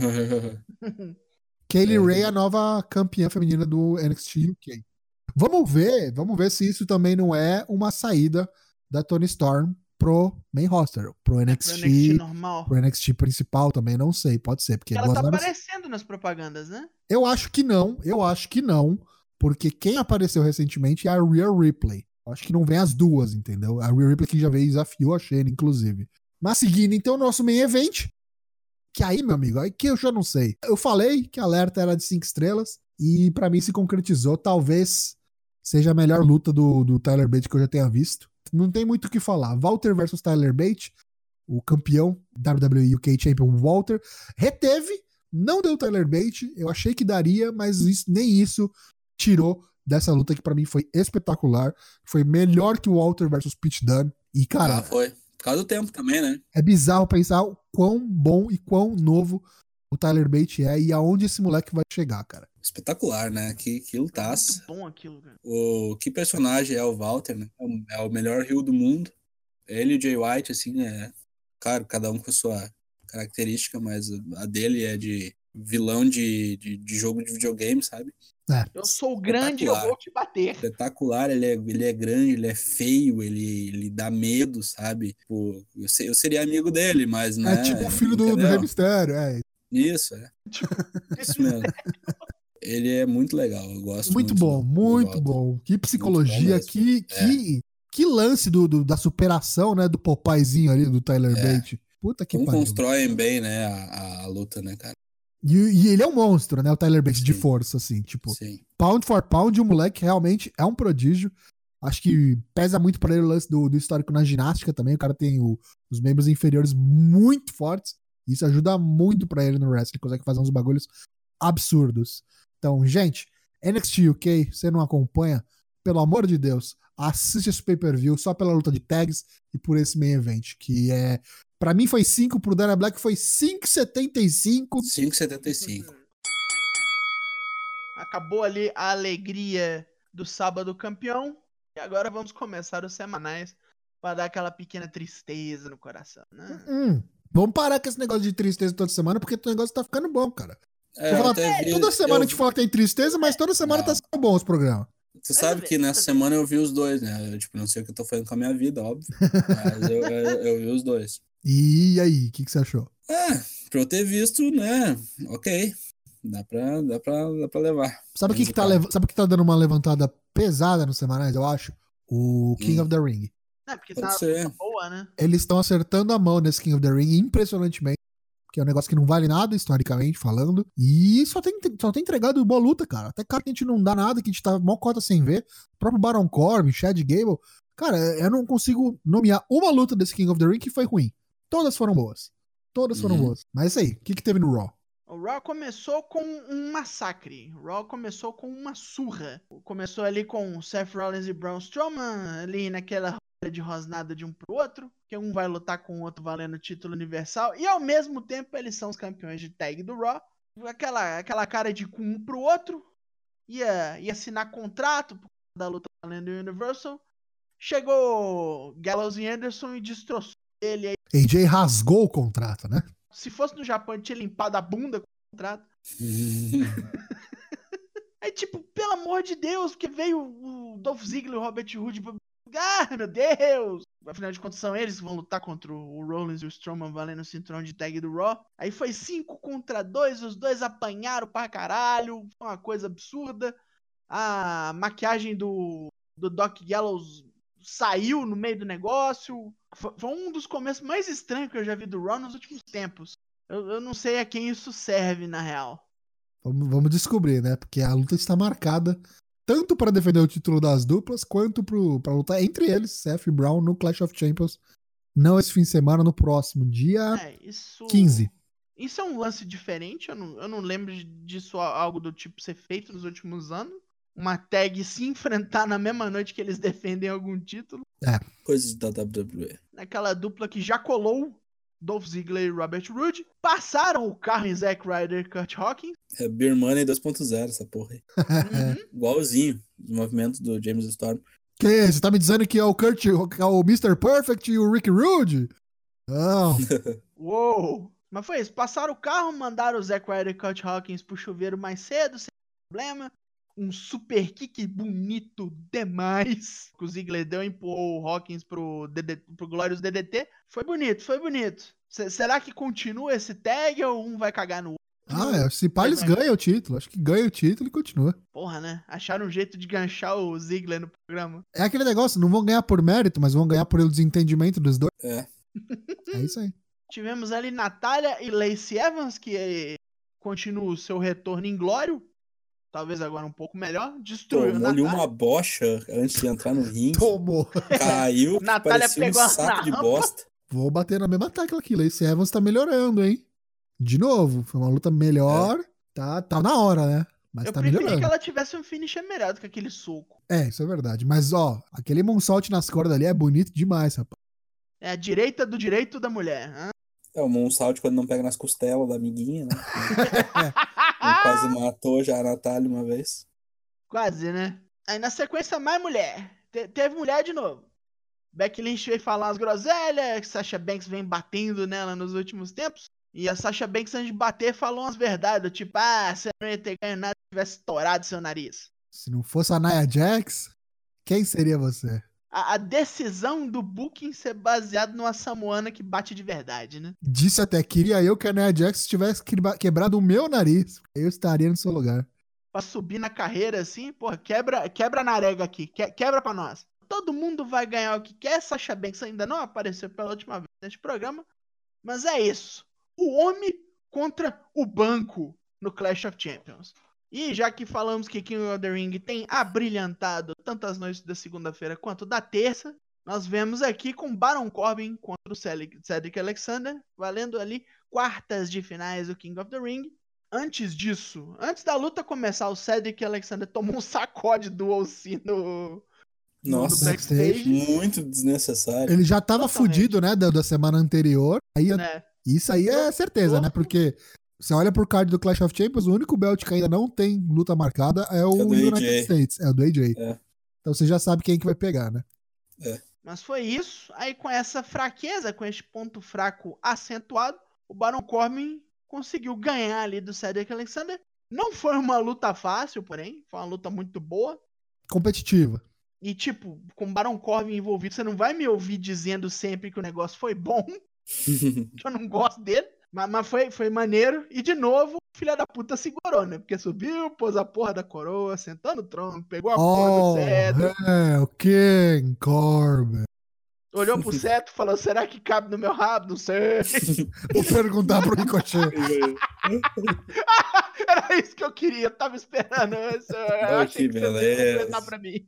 Kaylee É. Ray, a nova campeã feminina do N X T U K. Vamos ver, vamos ver se isso também não é uma saída da Toni Storm pro main roster, pro N X Pro T, N X T normal. pro N X T principal também, não sei, pode ser, porque Ela duas tá horas- aparecendo nas propagandas, né? eu acho que não, eu acho que não, porque quem apareceu recentemente é a Rhea Ripley. Eu acho que não vem as duas, entendeu? A Rhea Ripley que já veio e desafiou a Shayna, inclusive. Mas seguindo então o nosso main event, que aí, meu amigo, aí que eu já não sei. Eu falei que a alerta era de cinco estrelas e pra mim se concretizou. Talvez seja a melhor luta do, do Tyler Bate que eu já tenha visto. Não tem muito o que falar. Walter versus Tyler Bate, o campeão W W E U K Champion Walter, reteve, não deu Tyler Bate. Eu achei que daria, mas isso- nem isso tirou dessa luta que pra mim foi espetacular. Foi melhor que o Walter versus Pete Dunne. E, cara, Ah, foi. Por causa do tempo também, né? é bizarro pensar o quão bom e quão novo o Tyler Bate é e aonde esse moleque vai chegar, cara. Espetacular, né? Que, que Muito lutaça. bom aquilo, cara. O, que personagem é o Walter, né? É o- É o melhor heel do mundo. Ele e o Jay White, assim, é... Claro, cada um com a sua característica, mas a dele é de vilão de, de, de jogo de videogame, sabe? É. Eu sou grande, eu vou te bater. Espetacular, ele é, ele é grande, ele é feio, ele, ele dá medo, sabe? Pô, eu, sei, eu seria amigo dele, mas, né? É tipo o filho do, do Rei Mistério, é. Isso, é. Isso mesmo. Ele é muito legal, eu gosto muito. Muito bom, do, muito do bom. Que psicologia, bom que, que, é. que lance do, do, da superação, né? Do Popeyzinho ali, do Tyler é. Bate. Puta que Como pariu. constroem bem, né, a, a luta, né, cara? E, e ele é um monstro, né? O Tyler Bate, de força, assim, tipo, Sim. pound for pound, o moleque realmente é um prodígio. Acho que pesa muito pra ele o lance do, do histórico na ginástica também. O cara tem o, os membros inferiores muito fortes. Isso ajuda muito pra ele no wrestling. Ele consegue fazer uns bagulhos absurdos. Então, gente, N X T U K, você não acompanha? Pelo amor de Deus, assiste esse pay-per-view só pela luta de tags e por esse main event, que é... Pra mim foi cinco, pro Dana Black foi cinco e setenta e cinco. cinco e setenta e cinco. Acabou ali a alegria do sábado campeão. E agora vamos começar os semanais pra dar aquela pequena tristeza no coração, né? Hum, vamos parar com esse negócio de tristeza toda semana, porque o negócio tá ficando bom, cara. É, falar, vi, toda semana eu... a gente fala que tem tristeza, mas toda semana não. Tá sendo bom os programas. Você sabe que nessa semana eu vi os dois, né? Eu, tipo, não sei o que eu tô fazendo com a minha vida, óbvio. Mas eu, eu, eu vi os dois. E aí, o que, que você achou? É, pra eu ter visto, né? Ok. Dá pra, dá pra, dá pra levar. Sabe o que, que, tá lev- sabe que tá dando uma levantada pesada nos semanais, eu acho? O King hum. of the Ring. É, porque Pode tá ser. boa, né? Eles estão acertando a mão nesse King of the Ring impressionantemente. Que é um negócio que não vale nada, historicamente falando. E só tem, só tem entregado boa luta, cara. Até cara que a gente não dá nada, que a gente tá mó cota sem ver. O próprio Baron Corbin, Chad Gable. Cara, eu não consigo nomear uma luta desse King of the Ring que foi ruim. Todas foram boas. Todas foram uhum. boas. Mas é isso aí. O que, que teve no Raw? O Raw começou com um massacre. O Raw começou com uma surra. Começou ali com Seth Rollins e Braun Strowman, ali naquela roda de rosnada de um pro outro, que um vai lutar com o outro valendo o título universal, e ao mesmo tempo eles são os campeões de tag do Raw. Aquela, aquela cara de com um pro outro, ia, ia assinar contrato da luta valendo o Universal. Chegou Gallows e Anderson e destroçou ele. A J rasgou o contrato, né? Se fosse no Japão, ele tinha limpado a bunda com o contrato. Aí, tipo, pelo amor de Deus, porque veio o Dolph Ziggler e o Robert Roode pra... Ah, meu Deus! Afinal de contas, são eles que vão lutar contra o Rollins e o Strowman valendo o cinturão de tag do Raw. Aí foi cinco contra dois, os dois apanharam pra caralho. Foi uma coisa absurda. A maquiagem do, do Doc Gallows saiu no meio do negócio. Foi, foi um dos começos mais estranhos que eu já vi do Raw nos últimos tempos. Eu, eu não sei a quem isso serve, na real. Vamos, vamos descobrir, né? Porque a luta está marcada tanto para defender o título das duplas, quanto para lutar entre eles, Seth e Braun, no Clash of Champions. Não esse fim de semana, no próximo, dia é, isso... quinze. Isso é um lance diferente, eu não, eu não lembro disso, algo do tipo ser feito nos últimos anos. Uma tag se enfrentar na mesma noite que eles defendem algum título. É. Coisas da W W E. Naquela dupla que já colou Dolph Ziggler e Robert Roode. Passaram o carro em Zack Ryder e Kurt Hawkins. É Beer Money dois ponto zero, essa porra aí. Uhum. Igualzinho os movimentos do James Storm. Que? Você tá me dizendo que é o Kurt, é o mister Perfect e o Rick Rude? Não. Uou. Mas foi isso. Passaram o carro, mandaram o Zack Ryder e Kurt Hawkins pro chuveiro mais cedo, sem problema. Um super kick bonito demais. O Ziggler deu e empurrou o Hawkins pro, D D, pro Glorious D D T. Foi bonito, foi bonito. C- será que continua esse tag ou um vai cagar no outro? Ah, é. Se pá, eles ganham o título. Acho que ganha o título e continua. Porra, né? Acharam um jeito de ganchar o Ziggler no programa. É aquele negócio, não vão ganhar por mérito, mas vão ganhar por desentendimento dos dois. É. É isso aí. Tivemos ali Natália e Lacey Evans, que continua o seu retorno inglório. Talvez agora um pouco melhor. Destruiu Tomou-lhe uma bocha antes de entrar no ringue. Tomou. Caiu, Natália parecia pegou um saco de bosta. Vou bater na mesma tecla aqui. Lacey Evans tá melhorando, hein? De novo, foi uma luta melhor. É. Tá, tá na hora, né? Mas eu tá preferi melhorando. que ela tivesse um finisher melhor do que aquele soco. É, isso é verdade. Mas, ó, aquele moonsault nas cordas ali é bonito demais, rapaz. É a direita do direito da mulher. Hein? É o moonsault quando não pega nas costelas da amiguinha, né? Ele quase matou já a Natália uma vez. Quase, né? Aí na sequência, mais mulher. Te- teve mulher de novo. Becky Lynch veio falar umas groselhas, Sasha Banks vem batendo nela nos últimos tempos. E a Sasha Banks, antes de bater, falou umas verdades, tipo, ah, você não ia ter ganho nada se tivesse estourado seu nariz. Se não fosse a Nia Jax, quem seria você? A, a decisão do booking ser baseado numa samoana que bate de verdade, né? Disse até, queria eu que a Nia Jax tivesse quebrado o meu nariz. Eu estaria no seu lugar. Pra subir na carreira assim, porra, quebra, quebra na arega aqui, que, quebra pra nós. Todo mundo vai ganhar o que quer. Sasha Banks ainda não apareceu pela última vez neste programa, mas é isso. O homem contra o banco no Clash of Champions. E já que falamos que King of the Ring tem abrilhantado tanto as noites da segunda-feira quanto da terça, nós vemos aqui com Baron Corbin contra o Cedric Alexander, valendo ali quartas de finais do King of the Ring. Antes disso, antes da luta começar, o Cedric Alexander tomou um sacode do O C no, Nossa, no backstage. Muito desnecessário. Ele já tava Totalmente. fudido, né, da, da semana anterior. Aí, Né? Isso aí é certeza, né? Porque você olha pro card do Clash of Champions, o único belt que ainda não tem luta marcada é o É do United A J. States, é o do A J. É. Então você já sabe quem que vai pegar, né? É. Mas foi isso. Aí com essa fraqueza, com este ponto fraco acentuado, o Baron Corbin conseguiu ganhar ali do Cedric Alexander. Não foi uma luta fácil, porém. Foi uma luta muito boa. Competitiva. E tipo, com o Baron Corbin envolvido, você não vai me ouvir dizendo sempre que o negócio foi bom. Que eu não gosto dele. Mas, mas foi, foi maneiro. E de novo, o filho da puta segurou, né? Porque subiu, pôs a porra da coroa, sentou no trono, pegou a porra Oh, do cetro. é, o King Corbin. Olhou pro cetro e falou, será que cabe no meu rabo? Não sei. Vou perguntar pro Ricochet. Era isso que eu queria, eu tava esperando. Eu, eu Oh, achei que que você ia beleza. completar pra mim.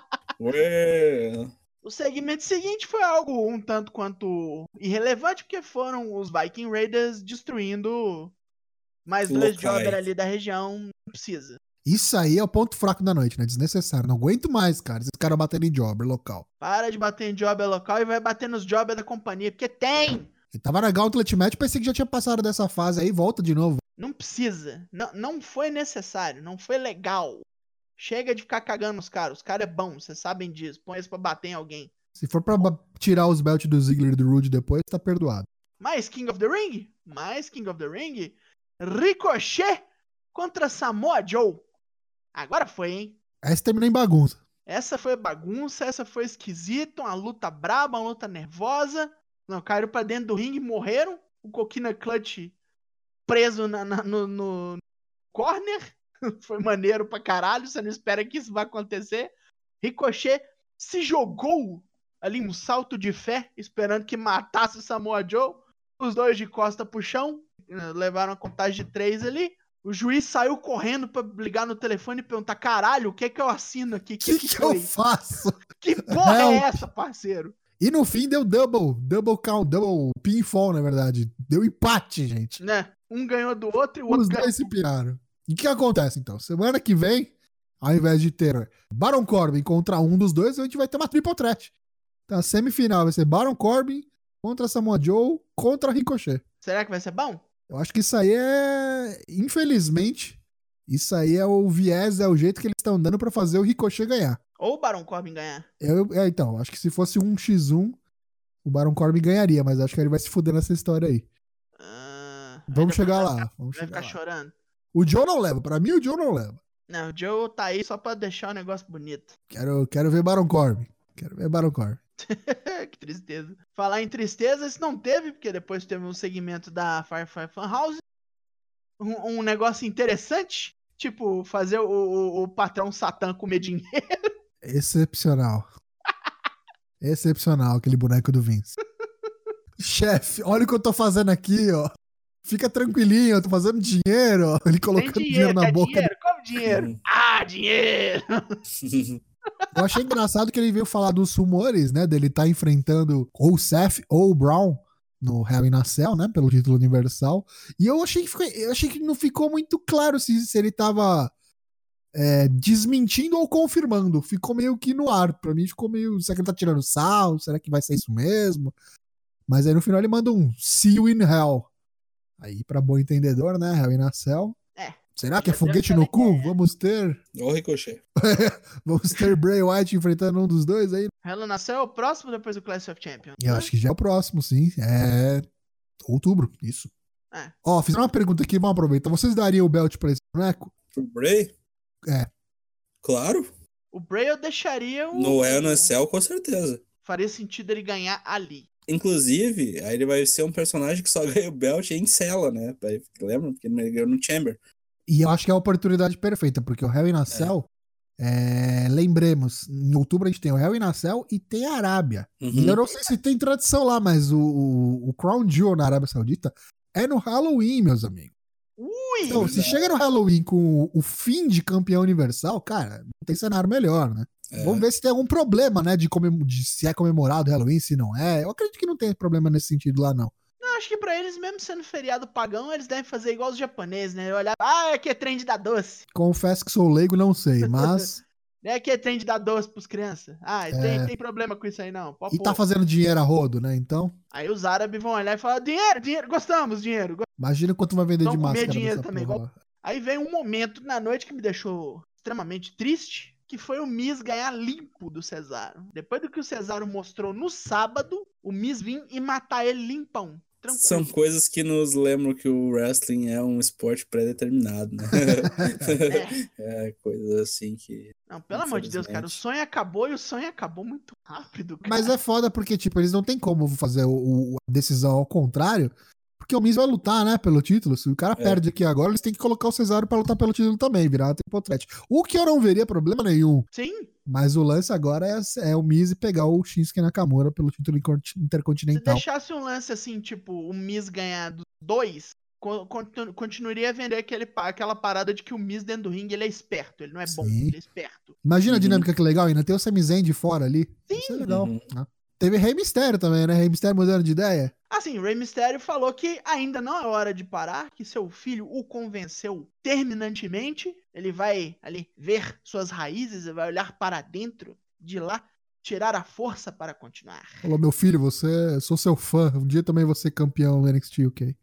Ué. O segmento seguinte foi algo um tanto quanto irrelevante, porque foram os Viking Raiders destruindo mais dois Locais. jobbers ali da região. Não precisa. Isso aí é o ponto fraco da noite, né? Desnecessário. Não aguento mais, cara. Esses caras batendo em jobber local. Para de bater em jobber local e vai bater nos jobbers da companhia, porque tem! Ele tava na Gauntlet Match, pensei que já tinha passado dessa fase aí, volta de novo. Não precisa. Não, não foi necessário. Não foi legal. Chega de ficar cagando os caras. Os caras é bom, vocês sabem disso. Põe eles pra bater em alguém. Se for pra ba- tirar os belts do Ziggler e do Rude depois, tá perdoado. Mais King of the Ring? Mais King of the Ring? Ricochet contra Samoa Joe. Agora foi, hein? Essa terminou em bagunça. Essa foi bagunça, essa foi esquisita, uma luta braba, uma luta nervosa. Não, caíram pra dentro do ringue e morreram. O Coquina Clutch preso na, na- no, no corner. Foi maneiro pra caralho, você não espera que isso vá acontecer. Ricochet se jogou ali um salto de fé, esperando que matasse o Samoa Joe. Os dois de costa pro chão, levaram a contagem de três ali. O juiz saiu correndo pra ligar no telefone e perguntar, caralho, o que é que eu assino aqui? O que, que, que eu faço? Que porra é Help. essa, parceiro? E no fim deu double, double count, double pinfall, na verdade. Deu empate, gente. Né? Um ganhou do outro e o outro Os ganhou. dois se piraram. E o que acontece, então? Semana que vem, ao invés de ter Baron Corbin contra um dos dois, a gente vai ter uma triple threat. Então a semifinal vai ser Baron Corbin contra Samoa Joe contra Ricochet. Será que vai ser bom? Eu acho que isso aí é... Infelizmente, isso aí é o viés, é o jeito que eles estão dando pra fazer o Ricochet ganhar. Ou o Baron Corbin ganhar? Eu, é, então, acho que se fosse um contra um, o Baron Corbin ganharia, mas acho que ele vai se fuder nessa história aí. Ah, Vamos vai chegar ficar- lá. Vamos Vai chegar ficar lá. chorando. O Joe não leva. Pra mim, o Joe não leva. Não, o Joe tá aí só pra deixar o negócio bonito. Quero, quero ver Baron Corbin. Quero ver Baron Corbin. Que tristeza. Falar em tristeza, isso não teve, porque depois teve um segmento da Firefly Funhouse. Um, um negócio interessante, tipo, fazer o, o, o patrão Satã comer dinheiro. Excepcional. Excepcional, aquele boneco do Vince. Chefe, olha o que eu tô fazendo aqui, ó. Fica tranquilinho, eu tô fazendo dinheiro, ó. Ele Tem colocando dinheiro, dinheiro, na quer boca. dinheiro? Como dinheiro? Ah, dinheiro! Eu achei engraçado que ele veio falar dos rumores, né? Dele tá enfrentando ou o Seth ou o Brown no Hell in a Cell, né? Pelo título universal. E eu achei que, ficou, eu achei que não ficou muito claro se, se ele tava é, desmentindo ou confirmando. Ficou meio que no ar. Pra mim ficou meio... Será que ele tá tirando sal? Será que vai ser isso mesmo? Mas aí no final ele manda um See you in Hell. Aí pra bom entendedor, né? Hell in a Cell. É. Será que é Já foguete deu no aquela cu? ideia. Vamos ter... Ô, Ricochet. Vamos ter Bray Wyatt enfrentando um dos dois aí? Hell in a Cell é o próximo depois do Clash of Champions. Eu acho que já é o próximo, sim. É outubro, isso. É. Ó, fiz uma pergunta aqui, vamos aproveitar. Vocês dariam o belt pra esse boneco? Pro Bray? É. Claro. O Bray eu deixaria o... No Hell in a Cell, com certeza. Faria sentido ele ganhar ali. Inclusive, aí ele vai ser um personagem que só ganha o belt em cela, né? Lembra? Porque ele ganhou no Chamber. E eu acho que é a oportunidade perfeita, porque o Hell in a Cell, é, lembremos, em outubro a gente tem o Hell in a Cell e tem a Arábia. Uhum. E eu não sei se tem tradição lá, mas o, o, o Crown Jewel na Arábia Saudita é no Halloween, meus amigos. Ui! Então, se chega no Halloween com o fim de campeão universal, cara, não tem cenário melhor, né? É. Vamos ver se tem algum problema, né, de, comem- de se é comemorado o Halloween, se não é. Eu acredito que não tem problema nesse sentido lá, não. Não, acho que pra eles, mesmo sendo feriado pagão, eles devem fazer igual os japoneses, né? Olhar, ah, aqui é trem da doce. Confesso que sou leigo, não sei, mas... Né? Aqui é trem de dar doce pros crianças. Ah, É. tem, tem problema com isso aí, não. Pô, E pô. tá fazendo dinheiro a rodo, né? Então, Aí os árabes vão olhar e falar, dinheiro, dinheiro, gostamos, dinheiro. go-" imagina quanto vai vender Vão de comer máscara dinheiro dessa também, porra igual- lá. Aí veio um momento na noite que me deixou extremamente triste, que foi o Miz ganhar limpo do Cesaro. Depois do que o Cesaro mostrou no sábado, o Miz vir e matar ele limpão. Tranquilo. São coisas que nos lembram que o wrestling é um esporte pré-determinado, né? É, coisas assim que... Não, pelo amor de Deus, cara, o Infelizmente. sonho acabou e o sonho acabou muito rápido, cara. Mas é foda porque, tipo, eles não tem como fazer o, o- a decisão ao contrário, porque o Miz vai lutar, né, pelo título. Se o cara É. perde aqui agora, eles têm que colocar o Cesaro pra lutar pelo título também, virar uma triple threat. O que eu não veria problema nenhum. Sim, Mas o lance agora é, é o Miz e pegar o Shinsuke Nakamura pelo título incor- se intercontinental. deixasse um lance assim, tipo, o Miz ganhar dos dois, co- continu- continuaria a vender aquele, pa- aquela parada de que o Miz dentro do ringue, ele é esperto, ele não é bom, Sim. ele é esperto. Imagina a Uhum. dinâmica que legal, ainda tem o Sami Zayn de fora ali. Isso é legal. Uhum. né? Teve Rey Mysterio também, né? Rey Mysterio mudando de ideia. Assim, o Rey Mysterio falou que ainda não é hora de parar, que seu filho o convenceu terminantemente. Ele vai ali ver suas raízes, ele vai olhar para dentro de lá, tirar a força para continuar. Falou, meu filho, você sou seu fã. Um dia também vou ser campeão N X T U K.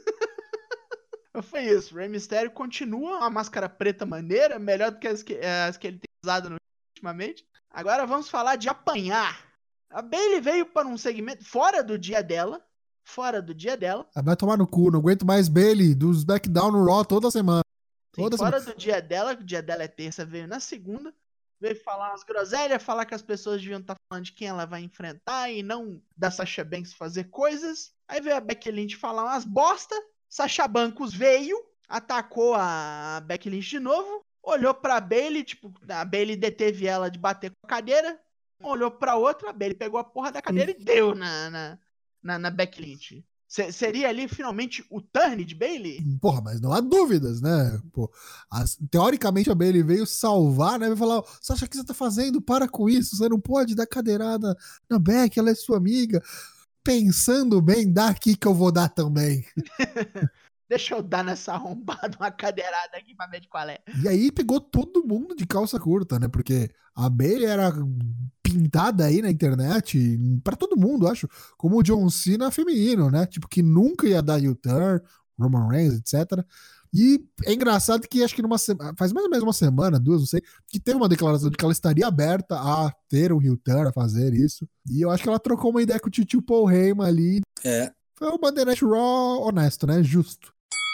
Foi isso, o Rey Mysterio continua uma máscara preta maneira, melhor do que as que, eh, as que ele tem usado no- ultimamente. Agora vamos falar de apanhar. A Bayley veio para um segmento fora do dia dela, fora do dia dela, Ah, vai tomar no cu, não aguento mais Bailey dos SmackDown no Raw toda semana. sim, Toda fora semana. do dia dela, que o dia dela é terça, veio na segunda, veio falar umas groselhas, falar que as pessoas deviam estar falando de quem ela vai enfrentar e não da Sasha Banks fazer coisas. Aí veio a Becky Lynch falar umas bosta, Sasha Banks veio, atacou a Becky Lynch de novo, olhou pra Bayley, tipo, a Bayley deteve ela de bater com a cadeira, olhou pra outra, a Bayley pegou a porra da cadeira e deu na, na, na, na Becky Lynch. Se- seria ali finalmente o turn de Bayley? Porra, mas não há dúvidas, né? Pô, as- teoricamente a Bailey veio salvar, né? Vai falar, Sasha, o que você tá fazendo? Para com isso, você não pode dar cadeirada na Beck, ela é sua amiga. Pensando bem, dá aqui que eu vou dar também. Deixa eu dar nessa arrombada uma cadeirada aqui pra ver de qual é. E aí pegou todo mundo de calça curta, né? Porque a Bailey era pintada aí na internet, pra todo mundo, acho, como o John Cena feminino, né? Tipo, que nunca ia dar U-turn, Roman Reigns, etcétera. E é engraçado que acho que numa semana, faz mais ou menos uma semana, duas, não sei, que teve uma declaração de que ela estaria aberta a ter um U-turn, a fazer isso. E eu acho que ela trocou uma ideia com o tio Paul Heyman ali. É. Foi um Monday Night Raw honesto, né? Justo.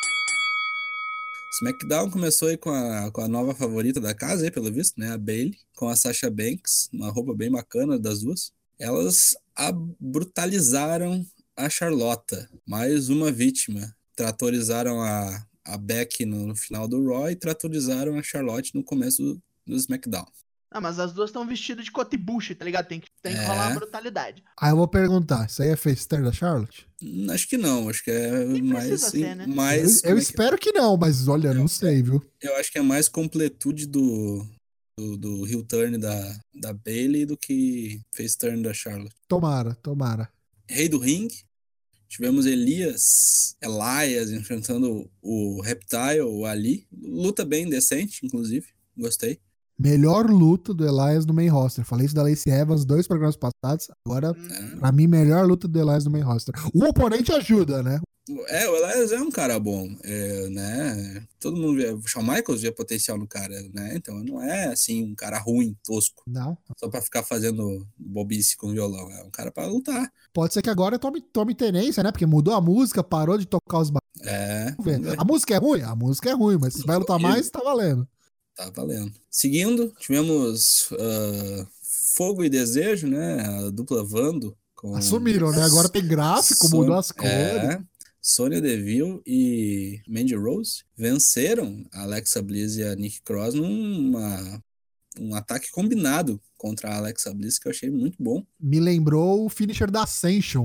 SmackDown começou aí com a, com a nova favorita da casa, aí, pelo visto, né? A Bayley, com a Sasha Banks, uma roupa bem bacana das duas. Elas a brutalizaram a Charlotta, mais uma vítima. Tratorizaram a, a Becky no, no final do Raw e tratorizaram a Charlotte no começo do, do SmackDown. Ah, mas as duas estão vestidas de cotibuche, tá ligado? Tem que, tem que É. rolar uma brutalidade. Aí eu vou perguntar, isso aí é face turn da Charlotte? Hum, Acho que não, acho que é Nem mais... precisa ser, né? mais eu como eu é que- espero que não, mas olha, não sei, viu? Eu acho que é mais completude do, do, do heel turn da, da Bayley do que face turn da Charlotte. Tomara, tomara. Rei do ringue. Tivemos Elias, Elias enfrentando o Reptile, o Ali. Luta bem decente, inclusive. Gostei. Melhor luta do Elias no main roster. Falei isso da Lacey Evans dois programas passados. Agora, Hum, pra mim, melhor luta do Elias no main roster. O oponente ajuda, né? É, o Elias é um cara bom, é, né? Todo mundo vê, o Shawn Michaels vê potencial no cara, né? Então não é assim um cara ruim, tosco, Não. só pra ficar fazendo bobice com violão. É um cara pra lutar. Pode ser que agora tome, tome tenência, né? Porque mudou a música, parou de tocar os ba... É. Vamos ver. A música é ruim? A música é ruim, mas se vai lutar mais, tá valendo. Tá valendo. Seguindo, tivemos uh, Fogo e Desejo, né? A dupla Vando. Com Assumiram, né? Agora tem gráfico, Son- mudou as cores. É, Sonya Deville e Mandy Rose venceram a Alexa Bliss e a Nikki Cross numa um ataque combinado contra a Alexa Bliss, que eu achei muito bom. Me lembrou o finisher da Ascension.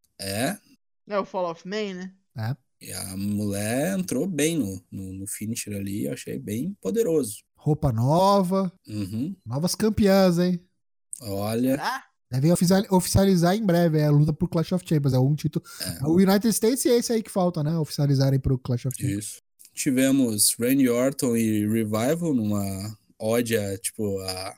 É, É o Fall of Man, né? É. e a mulher entrou bem no, no, no finisher ali, eu achei bem poderoso. Roupa nova, Uhum. novas campeãs, hein? Olha, Será? Devem oficial- oficializar em breve, é a luta pro Clash of Champions. É um título. É. O United States e esse aí que falta, né? Oficializarem pro Clash of Champions. isso. Tivemos Randy Orton e Revival numa ódia, tipo, a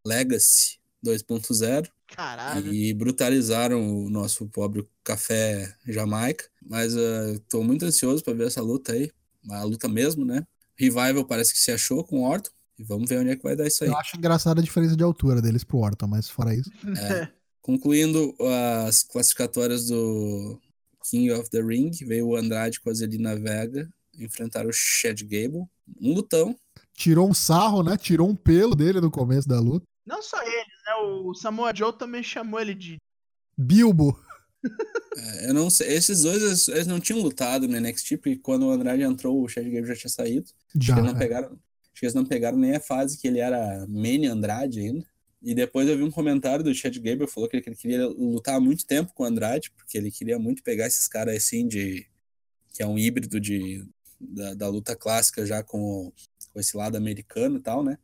Legacy dois ponto zero. Caralho. E brutalizaram o nosso pobre café Jamaica. Mas uh, tô muito ansioso para ver essa luta aí. A luta mesmo, né? Revival parece que se achou com o Orton. E vamos ver onde é que vai dar isso aí. Eu acho engraçada a diferença de altura deles pro Orton, mas fora isso. É. Concluindo as classificatórias do King of the Ring, veio o Andrade com a Zelina Vega enfrentar o Chad Gable. Um lutão. Tirou um sarro, né? Tirou um pelo dele no começo da luta. Não só ele, né? O Samoa Joe também chamou ele de... Bilbo. É, eu não sei. Esses dois, eles, eles não tinham lutado no N X T, porque quando o Andrade entrou, o Chad Gable já tinha saído. Já. Acho que eles não é. pegaram, acho que eles não pegaram nem a fase que ele era Manny Andrade ainda. E depois eu vi um comentário do Chad Gable, falou que ele, que ele queria lutar há muito tempo com o Andrade, porque ele queria muito pegar esses caras assim de... que é um híbrido de, da, da luta clássica já com, com esse lado americano e tal, né?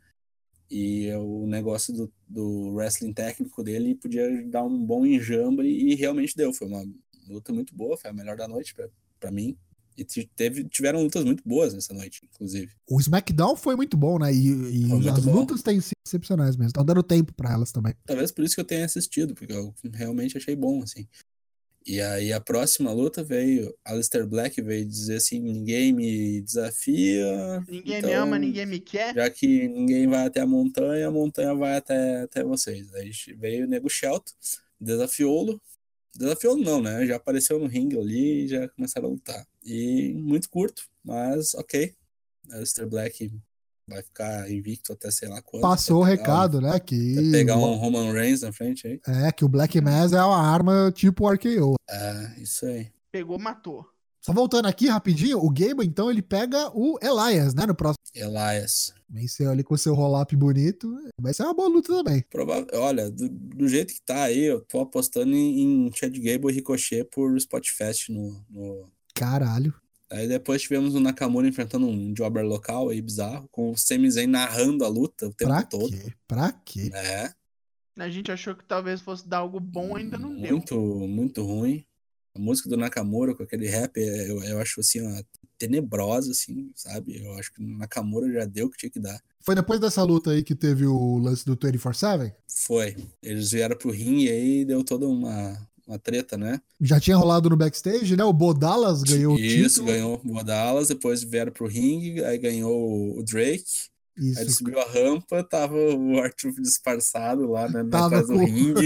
E o negócio do, do wrestling técnico dele podia dar um bom enjambre e realmente deu. Foi uma luta muito boa, foi a melhor da noite pra, pra mim. E teve, tiveram lutas muito boas nessa noite, inclusive. O SmackDown foi muito bom, né? E, e Foi muito as bom. lutas têm sido excepcionais mesmo. Estão dando tempo pra elas também. Talvez por isso que eu tenha assistido, porque eu realmente achei bom, assim. E aí a próxima luta veio, Aleister Black veio dizer assim, ninguém me desafia. Ninguém então, me ama, ninguém me quer. Já que ninguém vai até a montanha, a montanha vai até, até vocês. Aí veio o Nego Shelton, desafiou-lo. Desafiou-lo não, né? Já apareceu no ringue ali e já começaram a lutar. E muito curto, mas ok. Aleister Black vai ficar invicto até sei lá quando. Passou o Até pegar recado, um- né? até Que, pegar um o- Roman Reigns na frente aí. é, que o Black Mass é uma arma tipo R K O. É, isso aí. Pegou, matou. Só voltando aqui rapidinho, o Gable, então, ele pega o Elias, né? No próximo. Elias. Venceu ali com o seu roll-up bonito. Vai ser uma boa luta também. Provável, olha, do, do jeito que tá aí, eu tô apostando em, em Chad Gable e Ricochet por Spotfest no, no... Caralho. Aí depois tivemos o Nakamura enfrentando um jobber local aí bizarro, com o Sami Zayn narrando a luta o tempo Pra todo. quê? Pra quê? É, A gente achou que talvez fosse dar algo bom, ainda não deu. muito, muito ruim. A música do Nakamura com aquele rap, eu, eu acho assim, ó, tenebrosa, assim, sabe? Eu acho que o Nakamura já deu o que tinha que dar. Foi depois dessa luta aí que teve o lance do vinte e quatro sete? Foi. Eles vieram pro ringue e aí deu toda uma, uma treta, né? Já tinha rolado no backstage, né? O Bo Dallas ganhou Isso, o título. ganhou o Dallas, depois vieram pro ringue, aí ganhou o Drake. Aí ele Isso. subiu a rampa, tava o R-Truth disfarçado lá, né, Tava atrás do com- ringue,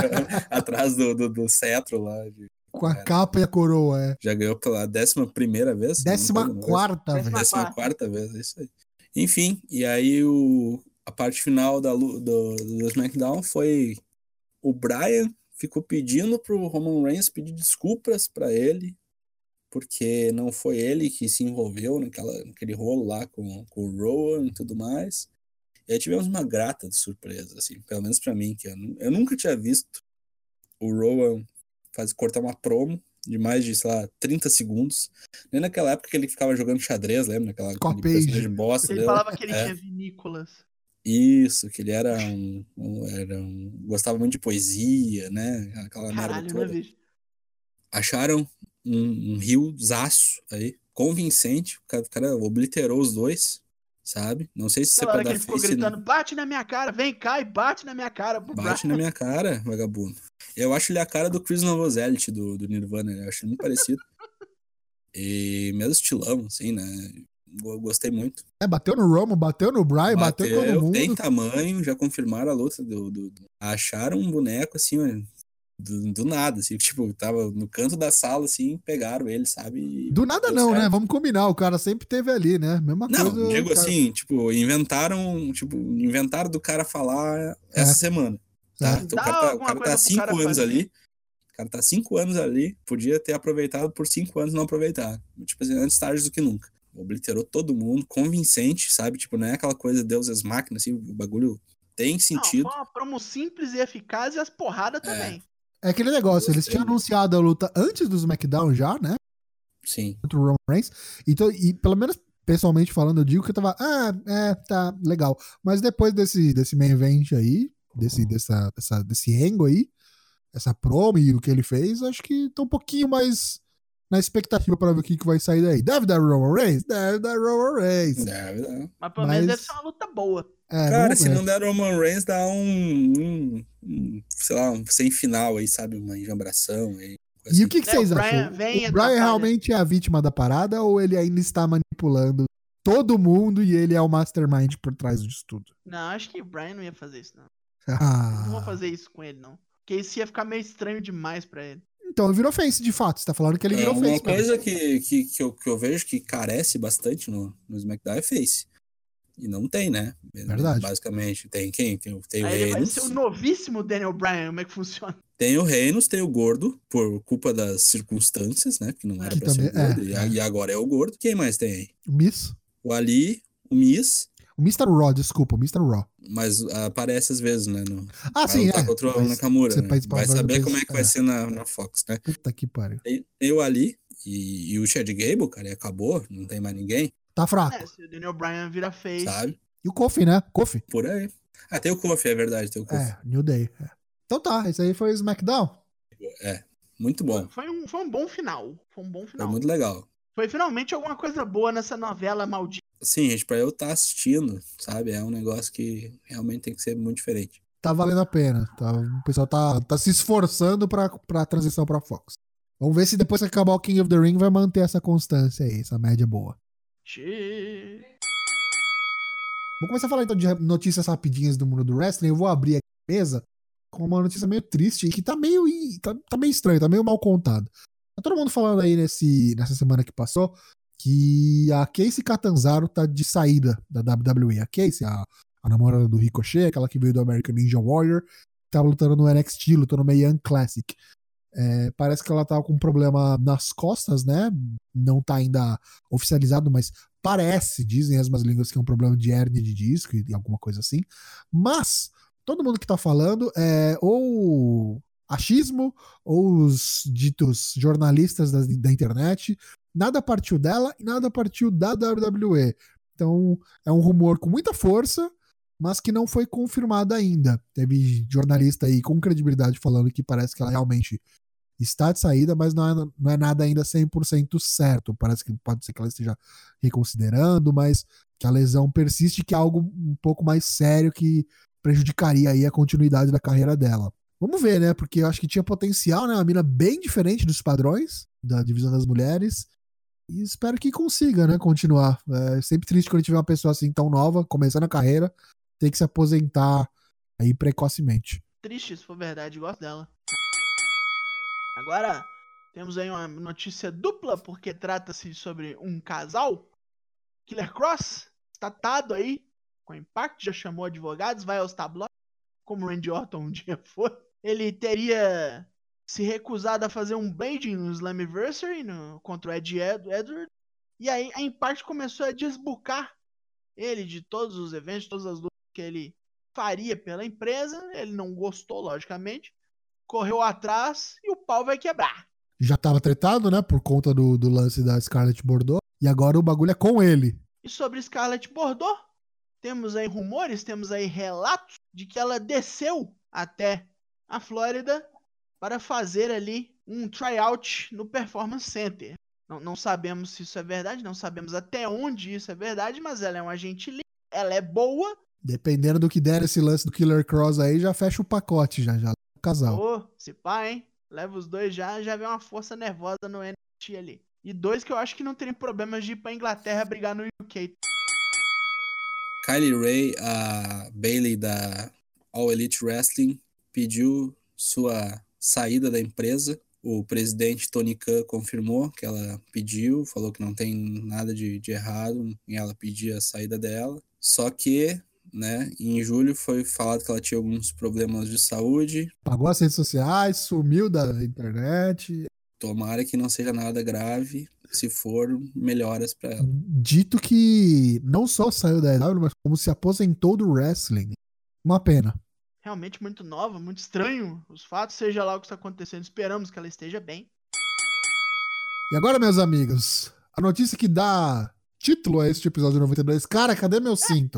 atrás do, do, do cetro lá. de- Com a é, capa e a coroa, é. Já ganhou pela décima primeira vez? se não me Décima engano, não é? quarta, Décima velho. Décima quarta vez, é isso aí. Enfim, e aí o, a parte final da, lu- do, do SmackDown foi o Bryan ficou pedindo pro Roman Reigns pedir desculpas pra ele, porque não foi ele que se envolveu naquela, naquele rolo lá com, com o Rowan e tudo mais. E aí tivemos uma grata de surpresa, assim, pelo menos pra mim, que eu, nu- eu nunca tinha visto o Rowan faz, cortar uma promo de mais de, sei lá, trinta segundos. Nem naquela época que ele ficava jogando xadrez, lembra? Naquela Com a aquele Paige. personagem bosta Ele dele. falava que ele É. tinha vinícolas. Isso, que ele era um, um- era um. Gostava muito de poesia, né? Aquela merda Caralho, né, toda. bicho? Acharam um, um riozaço aí, convincente. O cara, o cara obliterou os dois, sabe? Não sei se você Aquela hora pode que dar ele ficou face, gritando, bate na minha cara, vem cá e bate na minha cara. pro bate Brian. na minha cara, vagabundo. Eu acho ele a cara do Chris Novoselic do, do Nirvana, né? Eu acho ele muito parecido. E mesmo estilão, assim, né? Eu gostei muito. É, bateu no Roman, bateu no Bryan, bateu, bateu todo mundo. Tem tamanho, já confirmaram a luta do... do, do... Acharam um boneco, assim, do, do nada, assim, tipo, tava no canto da sala, assim, pegaram ele, sabe? E do nada não, certo. Né? Vamos combinar, o cara sempre teve ali, né? Mesma não, coisa. Não, digo cara... assim, tipo, inventaram, tipo, inventaram do cara falar essa é. semana, tá? Então, o cara tá, o cara tá há cinco cara anos fazer. ali, o cara tá há cinco anos ali, podia ter aproveitado por cinco anos, não aproveitar. Tipo assim, antes tarde do que nunca. Obliterou todo mundo, convincente, sabe? Tipo, não é aquela coisa Deus as máquinas, assim, o bagulho tem sentido. Não, foi uma promo simples e eficaz e as porradas é. também. É aquele negócio, eles tinham anunciado a luta antes do SmackDown já, né? Sim. Contra o Roman Reigns. Então, e pelo menos pessoalmente falando, eu digo que eu tava, ah, é, tá, legal. Mas depois desse, desse main event aí, desse, dessa, dessa, desse angle aí, essa promo e o que ele fez, acho que tá um pouquinho mais na expectativa pra ver o que, que vai sair daí. Deve dar Roman Reigns? Deve dar Roman Reigns. Deve dar. Mas pelo menos deve ser uma luta boa. É, cara, se não der Roman Reigns, dá um, um, um sei lá, um sem final aí, sabe? Uma enjambração aí. E assim. O que, que vocês é, acham? O Brian, o Brian realmente é a vítima da parada ou ele ainda está manipulando todo mundo e ele é o mastermind por trás disso tudo? Não, acho que o Brian não ia fazer isso, não. Ah. Não vou fazer isso com ele, não. Porque isso ia ficar meio estranho demais pra ele. Então, ele virou face, de fato. Você tá falando que ele virou é, face. Uma coisa que, que, que, eu, que eu vejo que carece bastante no, no SmackDown é face. E não tem, né? Verdade. Basicamente, tem quem? Tem, tem o Aí Reynolds. Ele vai ser o novíssimo Daniel Bryan, como é que funciona? Tem o Reynolds, tem o Gordo, por culpa das circunstâncias, né? Que não era que pra ser também, gordo. É, e, é. e agora é o Gordo. Quem mais tem aí? O Miss. O Ali, o Miss. O mister Raw, desculpa, o mister Raw. Mas aparece às vezes, né? No, ah, sim, é. Contra o Nakamura, né? Vai saber como é que é. vai ser na, na Fox, né? Puta que pariu. Tem, tem o Ali e, e o Chad Gable, cara, e acabou, não tem mais ninguém. Tá fraco. É, se o Daniel Bryan vira face. Sabe? E o Kofi, né? Kofi. Por aí. Ah, tem o Kofi, é verdade, tem o Kofi. É, New Day. É. Então tá, esse aí foi o SmackDown. É, muito bom. Foi um, foi um bom final. Foi um bom final. Foi muito legal. Foi finalmente alguma coisa boa nessa novela maldita. Sim, gente, pra eu estar tá assistindo, sabe? É um negócio que realmente tem que ser muito diferente. Tá valendo a pena. Tá, o pessoal tá, tá se esforçando pra, pra transição pra Fox. Vamos ver se depois que acabar o King of the Ring vai manter essa constância aí, essa média boa. Xiii. Vou começar a falar então de notícias rapidinhas do mundo do wrestling. Eu vou abrir aqui a mesa com uma notícia meio triste e que tá meio, tá, tá meio estranho, tá meio mal contado. Tá todo mundo falando aí nesse, nessa semana que passou que a Kacy Catanzaro tá de saída da W W E. A Kacy, a, a namorada do Ricochet, aquela que veio do American Ninja Warrior, tava lutando no N X T, lutando no Young Classic. É, parece que ela tava com um problema nas costas, né? Não tá ainda oficializado, mas parece, dizem as más línguas, que é um problema de hérnia de disco e alguma coisa assim. Mas todo mundo que tá falando é ou achismo ou os ditos jornalistas da, da internet. Nada partiu dela e nada partiu da W W E. Então é um rumor com muita força, mas que não foi confirmado ainda. Teve jornalista aí com credibilidade falando que parece que ela realmente está de saída, mas não é, não é nada ainda cem por cento certo. Parece que pode ser que ela esteja reconsiderando, mas que a lesão persiste, que é algo um pouco mais sério que prejudicaria aí a continuidade da carreira dela. Vamos ver, né? Porque eu acho que tinha potencial, né? Uma mina bem diferente dos padrões da divisão das mulheres. E espero que consiga, né? Continuar. É sempre triste quando tiver uma pessoa assim tão nova, começando a carreira, ter que se aposentar aí precocemente. Triste, se for verdade, gosto dela. Agora, temos aí uma notícia dupla, porque trata-se sobre um casal. Killer Cross está atado aí com o Impact, já chamou advogados, vai aos tabloides, como o Randy Orton um dia foi. Ele teria se recusado a fazer um blading no Slammiversary no, contra o Ed Edward. E aí a Impact começou a desbucar ele de todos os eventos, todas as lutas que ele faria pela empresa. Ele não gostou, logicamente. Correu atrás e o pau vai quebrar. Já tava tretado, né? Por conta do, do lance da Scarlett Bordeaux. E agora o bagulho é com ele. E sobre Scarlett Bordeaux, temos aí rumores, temos aí relatos de que ela desceu até a Flórida para fazer ali um tryout no Performance Center. Não, não sabemos se isso é verdade, não sabemos até onde isso é verdade, mas ela é um agente livre, ela é boa. Dependendo do que der esse lance do Killer Cross aí, já fecha o pacote, já, já o casal. Ô, se pá, hein? Leva os dois já, já vem uma força nervosa no N X T ali. E dois, que eu acho que não teria problemas de ir pra Inglaterra brigar no U K. Kylie Ray, a Bayley da All Elite Wrestling, pediu sua saída da empresa. O presidente Tony Khan confirmou que ela pediu, falou que não tem nada de, de errado em ela pedir a saída dela. Só que, né, em julho foi falado que ela tinha alguns problemas de saúde. Pagou as redes sociais, sumiu da internet. Tomara que não seja nada grave. Se for, melhoras pra ela. Dito que não só saiu da E W, mas como se aposentou do wrestling. Uma pena. Realmente muito nova, muito estranho os fatos, seja lá o que está acontecendo. Esperamos que ela esteja bem. E agora, meus amigos, a notícia que dá título a este episódio noventa e dois. Cara, cadê meu cinto?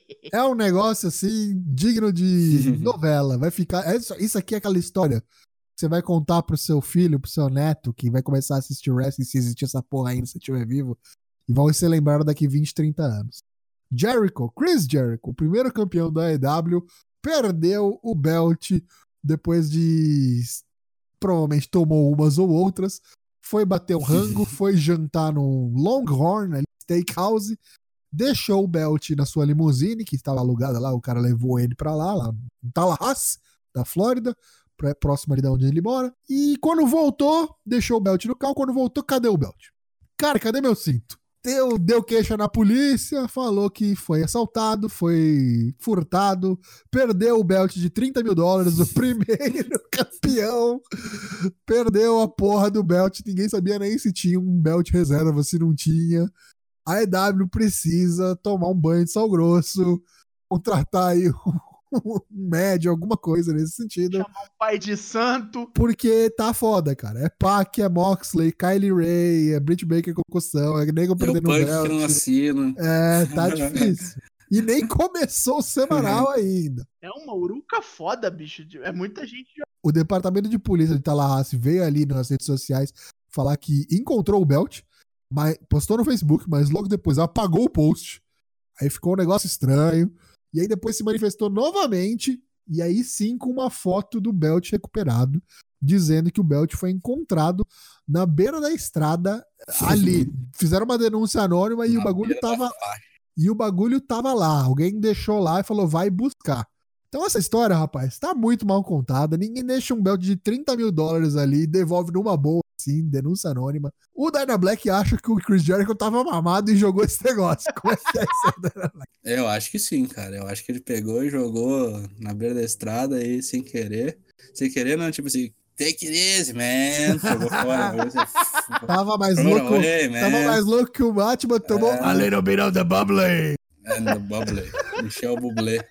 É um negócio assim, digno de novela. Vai ficar. é Isso, isso aqui é aquela história que você vai contar pro seu filho, pro seu neto, que vai começar a assistir wrestling, se existir essa porra ainda, se estiver vivo, e vão ser lembrados daqui vinte, trinta anos. Jericho, Chris Jericho, o primeiro campeão da A E W, perdeu o belt depois de provavelmente tomou umas ou outras, foi bater um rango, foi jantar no Longhorn, ali, Steakhouse, deixou o belt na sua limusine, que estava alugada lá, o cara levou ele pra lá, lá em Tallahassee, da Flórida, próximo ali de onde ele mora, e quando voltou, deixou o belt no carro, quando voltou, cadê o belt? Cara, cadê meu cinto? Deu, deu queixa na polícia, falou que foi assaltado, foi furtado, perdeu o belt de trinta mil dólares, o primeiro campeão, perdeu a porra do belt, ninguém sabia nem se tinha um belt reserva, se não tinha. A E W precisa tomar um banho de sal grosso, contratar aí um médio, alguma coisa nesse sentido. Chamar um pai de santo. Porque tá foda, cara. É Pac, é Moxley, Kylie Ray, é Britt Baker com concussão, é nego perdendo o belt. Que não assina. É, tá difícil. E nem começou o semanal ainda. É uma uruca foda, bicho. É muita gente. O departamento de polícia de Tallahassee veio ali nas redes sociais falar que encontrou o belt, mas postou no Facebook, mas logo depois apagou o post. Aí ficou um negócio estranho. E aí depois se manifestou novamente, e aí sim com uma foto do belt recuperado, dizendo que o belt foi encontrado na beira da estrada ali. Fizeram uma denúncia anônima e o bagulho tava e o bagulho tava lá. Alguém deixou lá e falou, vai buscar. Então essa história, rapaz, tá muito mal contada. Ninguém deixa um belt de trinta mil dólares ali e devolve numa boa, assim, denúncia anônima. O Dyna Black acha que o Chris Jericho tava mamado e jogou esse negócio. Como é que é isso, Dyna Black? Eu acho que sim, cara. Eu acho que ele pegou e jogou na beira da estrada aí, sem querer. Sem querer, não, tipo assim, take it easy, man. Jogou fora. Assim, tava mais louco. Away, tava mais louco que o Batman tomou é, a little bit of the bubbly. And the bubbly. Michel Bublé.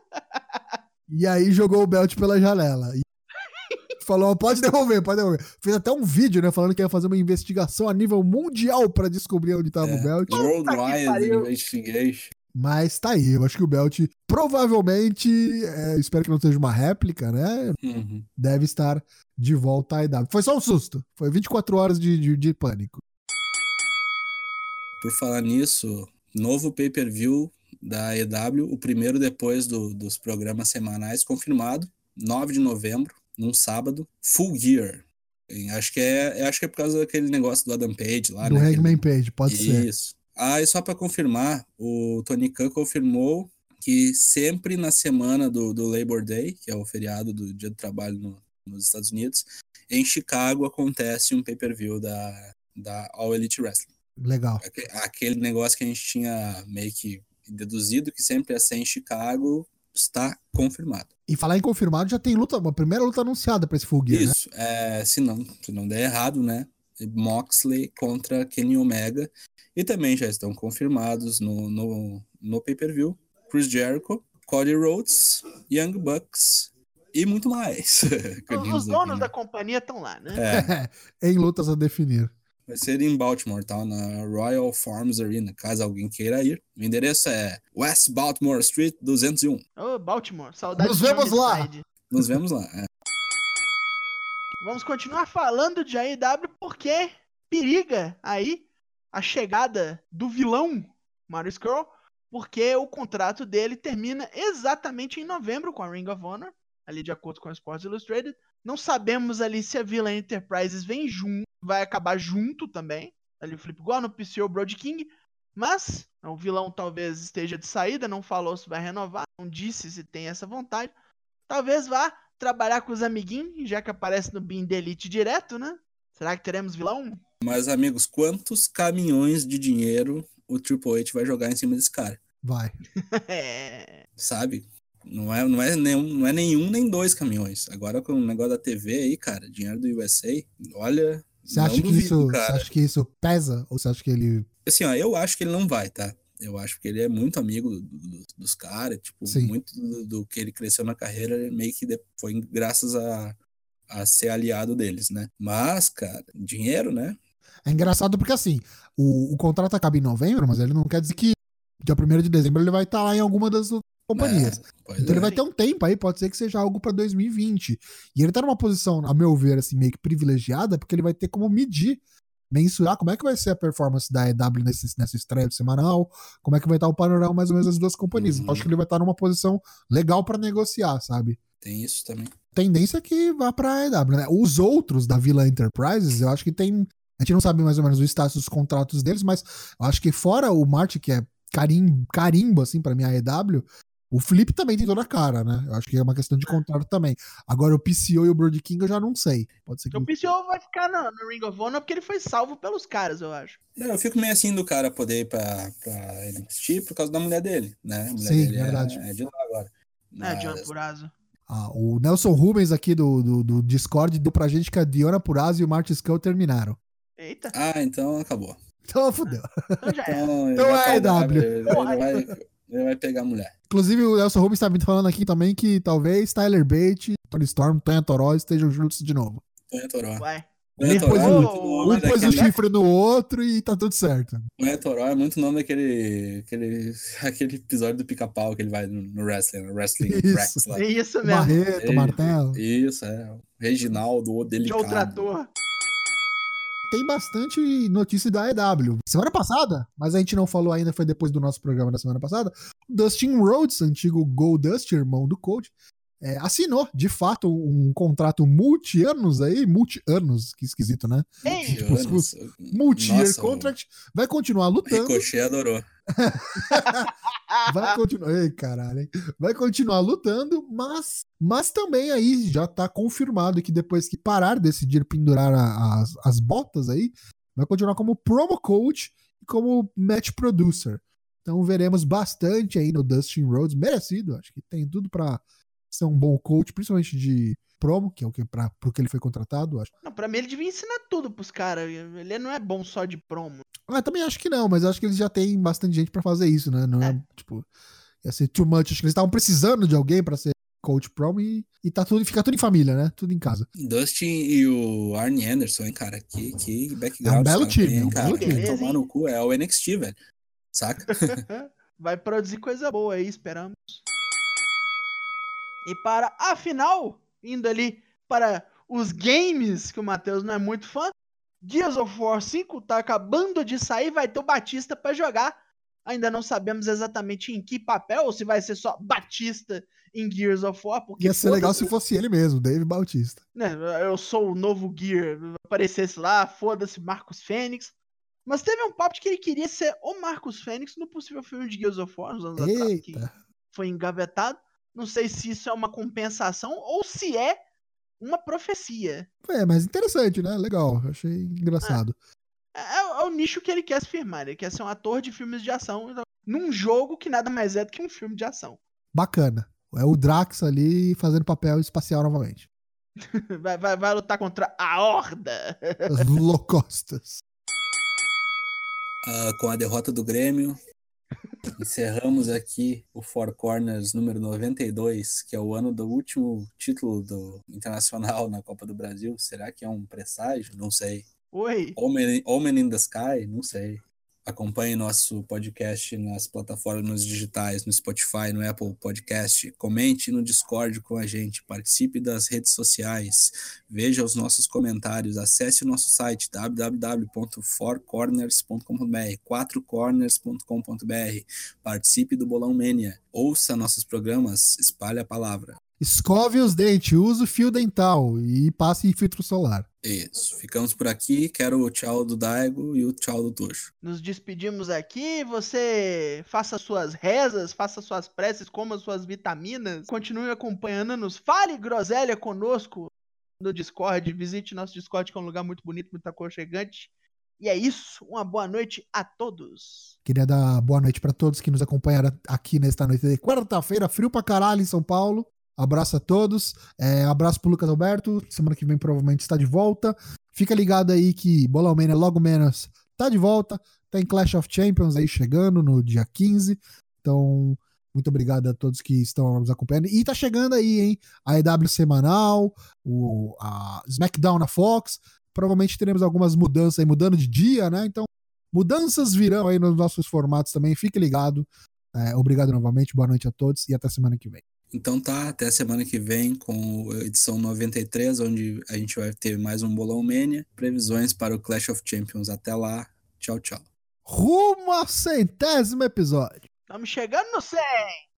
E aí jogou o belt pela janela. E falou, pode devolver, pode devolver. Fez até um vídeo, né, falando que ia fazer uma investigação a nível mundial pra descobrir onde tava é, o belt. Worldwide Investigation. Mas tá aí, eu acho que o belt provavelmente, é, espero que não seja uma réplica, né? Uhum. Deve estar de volta à E W. Foi só um susto, foi vinte e quatro horas de, de, de pânico. Por falar nisso, novo pay-per-view da E W, o primeiro depois do, dos programas semanais, confirmado, nove de novembro, num sábado, Full Gear. Acho que é, acho que é por causa daquele negócio do Adam Page lá, do né? Hangman Aquele... Page, pode Isso. ser. Isso. Ah, e só para confirmar, o Tony Khan confirmou que sempre na semana do, do Labor Day, que é o feriado do Dia do Trabalho no, nos Estados Unidos, em Chicago acontece um pay-per-view da, da All Elite Wrestling. Legal. Aquele negócio que a gente tinha meio que deduzido que sempre ia ser em Chicago, está confirmado. E falar em confirmado, já tem luta, uma primeira luta anunciada pra esse Full Gear, Isso, né? é, se, não, se não der errado, né? Moxley contra Kenny Omega. E também já estão confirmados no, no, no pay-per-view Chris Jericho, Cody Rhodes, Young Bucks e muito mais. Os donos aqui, né? Da companhia estão lá, né? É. Em lutas a definir. Vai ser em Baltimore, tá? Na Royal Farms Arena, caso alguém queira ir. O endereço é West Baltimore Street duzentos e um. Ô, oh, Baltimore, saudade. Nos vemos lá! Nos vemos lá, é. Vamos continuar falando de A E W porque periga aí a chegada do vilão Mario Scurll, porque o contrato dele termina exatamente em novembro com a Ring of Honor, ali de acordo com a Sports Illustrated. Não sabemos ali se a Villain Enterprises vem junto, vai acabar junto também. ali o Flip igual no P C O Brody King, mas o vilão talvez esteja de saída, não falou se vai renovar, não disse se tem essa vontade. Talvez vá trabalhar com os amiguinhos, já que aparece no Bean the Elite direto, né? Será que teremos vilão? Mas, amigos, quantos caminhões de dinheiro o Triple H vai jogar em cima desse cara? Vai. É. Sabe? Não é, não, é nenhum, não é nenhum nem dois caminhões. Agora com o negócio da T V aí, cara, dinheiro do U S A, olha... Você acha, não que duvido, isso, cara. você acha que isso pesa? Ou você acha que ele... Assim, ó, eu acho que ele não vai, tá? Eu acho que ele é muito amigo do, do, dos caras, tipo, Sim. muito do, do que ele cresceu na carreira, meio que de, foi graças a, a ser aliado deles, né? Mas, cara, dinheiro, né? É engraçado porque, assim, o, o contrato acaba em novembro, mas ele não quer dizer que dia primeiro de dezembro ele vai estar lá em alguma das companhias. É, pois Então é. ele vai ter um tempo aí, pode ser que seja algo pra dois mil e vinte. E ele tá numa posição, a meu ver, assim, meio que privilegiada, porque ele vai ter como medir, mensurar como é que vai ser a performance da E W nesse, nessa estreia semanal, como é que vai estar o panorama mais ou menos das duas companhias. Uhum. Então acho que ele vai estar numa posição legal pra negociar, sabe? Tem isso também. Tendência é que vá pra E W, né? Os outros da Villa Enterprises, eu acho que tem... A gente não sabe mais ou menos o status dos contratos deles, mas eu acho que fora o Marty, que é carimbo, carimbo assim, pra mim, a E W, o Flip também tem toda a cara, né? Eu acho que é uma questão de contrato também. Agora o P C O e o Brody King eu já não sei. Pode ser que... O P C O vai ficar no, no Ring of Honor porque ele foi salvo pelos caras, eu acho. Não, eu fico meio assim do cara poder ir pra, pra N X T por causa da mulher dele, né? A mulher Sim, dele verdade. É, é de lá agora. É, John Mas, Purazo. Ah, o Nelson Rubens aqui do, do, do Discord deu pra gente que a Diona Purrazzo e o Marty Skull terminaram. Eita, ah, então acabou. Então fudeu. então já era. Então, ele Então vai é pra A E W. Ele, ele vai, ele vai pegar a mulher. Inclusive o Nelson Rubens tá me falando aqui também que talvez Tyler Bate, Tony Storm, Tonha Toró estejam juntos de novo. Tonha Toró. Vai. Tonha Um Toró pôs é o- muito o- nome Um pôs o daquele... chifre no outro e tá tudo certo. Tonha Toró é muito nome daquele... Aquele, aquele episódio do Pica-Pau que ele vai no, no wrestling, no Wrestling Isso. Rex lá. É isso O mesmo. Barreto, o Ei, Martelo. Isso, é. O Reginaldo, o Joe Delicado. Trator. Tem bastante notícia da A E W. Semana passada, mas a gente não falou ainda, foi depois do nosso programa da semana passada, o Dustin Rhodes, antigo Goldust, irmão do Coach, é, assinou, de fato, um, um contrato multi-anos aí, multi-anos, que esquisito, né? Ei, Tipo, Anos. Multi-year Nossa, contract, vai continuar o lutando, Ricochet adorou. vai continuar, ei, caralho, hein? Vai continuar lutando, mas, mas também aí já tá confirmado que depois que parar de decidir pendurar a- as, as botas aí, vai continuar como promo coach e como match producer. Então veremos bastante aí no Dustin Rhodes, merecido, acho que tem tudo pra ser um bom coach, principalmente de promo, que é o que para pro que ele foi contratado, acho. Não, pra mim ele devia ensinar tudo pros caras. Ele não é bom só de promo. Ah, também acho que não, mas acho que eles já têm bastante gente pra fazer isso, né? Não é, É. tipo, ia ser too much. Acho que eles estavam precisando de alguém pra ser coach promo e, e tá tudo, fica tudo em família, né? Tudo em casa. Dustin e o Arn Anderson, hein, cara? Que, que background. É um belo os caras time, têm, é um cara. belo Vai time. tomar no cu, é o N X T, velho. Saca? Vai produzir coisa boa aí, esperamos. E para a final, indo ali para os games, que o Matheus não é muito fã, Gears of War cinco tá acabando de sair, vai ter o Batista pra jogar. Ainda não sabemos exatamente em que papel, ou se vai ser só Batista em Gears of War, porque Ia ser legal foda-se, se fosse ele mesmo, Dave Bautista. né? Eu sou o novo Gear, aparecesse lá, foda-se Marcus Fênix. Mas teve um papo de que ele queria ser o Marcus Fênix no possível filme de Gears of War, uns anos atrás, que Eita. foi engavetado. Não sei se isso é uma compensação ou se é uma profecia. É, mas interessante, né? Legal, achei engraçado. É, é o nicho que ele quer se firmar. Ele quer ser um ator de filmes de ação então, num jogo que nada mais é do que um filme de ação. Bacana. É o Drax ali fazendo papel espacial novamente. Vai, vai, vai lutar contra a Horda. As Locostas. Ah, com a derrota do Grêmio, encerramos aqui o Four Corners número noventa e dois, que é o ano do último título do Internacional na Copa do Brasil. Será que é um presságio? Não sei. Oi. Omen, Omen in the Sky? Não sei. Acompanhe nosso podcast nas plataformas digitais, no Spotify, no Apple Podcast. Comente no Discord com a gente. Participe das redes sociais. Veja os nossos comentários. Acesse o nosso site w w w ponto four corners ponto com ponto b r, quatro corners ponto com ponto b r. Participe do Bolão Mania. Ouça nossos programas. Espalhe a palavra. Escove os dentes, use o fio dental e passe filtro solar. Isso. Ficamos por aqui. Quero o tchau do Daigo e o tchau do Tocho. Nos despedimos aqui. Você faça suas rezas, faça suas preces, coma suas vitaminas. Continue acompanhando-nos. Fale groselha conosco no Discord. Visite nosso Discord, que é um lugar muito bonito, muito aconchegante. E é isso. Uma boa noite a todos. Queria dar boa noite pra todos que nos acompanharam aqui nesta noite de quarta-feira. Frio pra caralho em São Paulo. Abraço a todos. É, abraço pro Lucas Alberto. Semana que vem provavelmente está de volta. Fica ligado aí que Bolão Mania logo menos tá de volta. Tem Clash of Champions aí chegando no dia quinze. Então, muito obrigado a todos que estão nos acompanhando. E tá chegando aí, hein? A E W semanal, o a SmackDown na Fox. Provavelmente teremos algumas mudanças aí, mudando de dia, né? Então, mudanças virão aí nos nossos formatos também. Fique ligado. É, obrigado novamente. Boa noite a todos e até semana que vem. Então tá, até a semana que vem com a edição noventa e três, onde a gente vai ter mais um Bolão Mania. Previsões para o Clash of Champions. Até lá. Tchau, tchau. Rumo ao centésimo episódio. Estamos chegando no cem.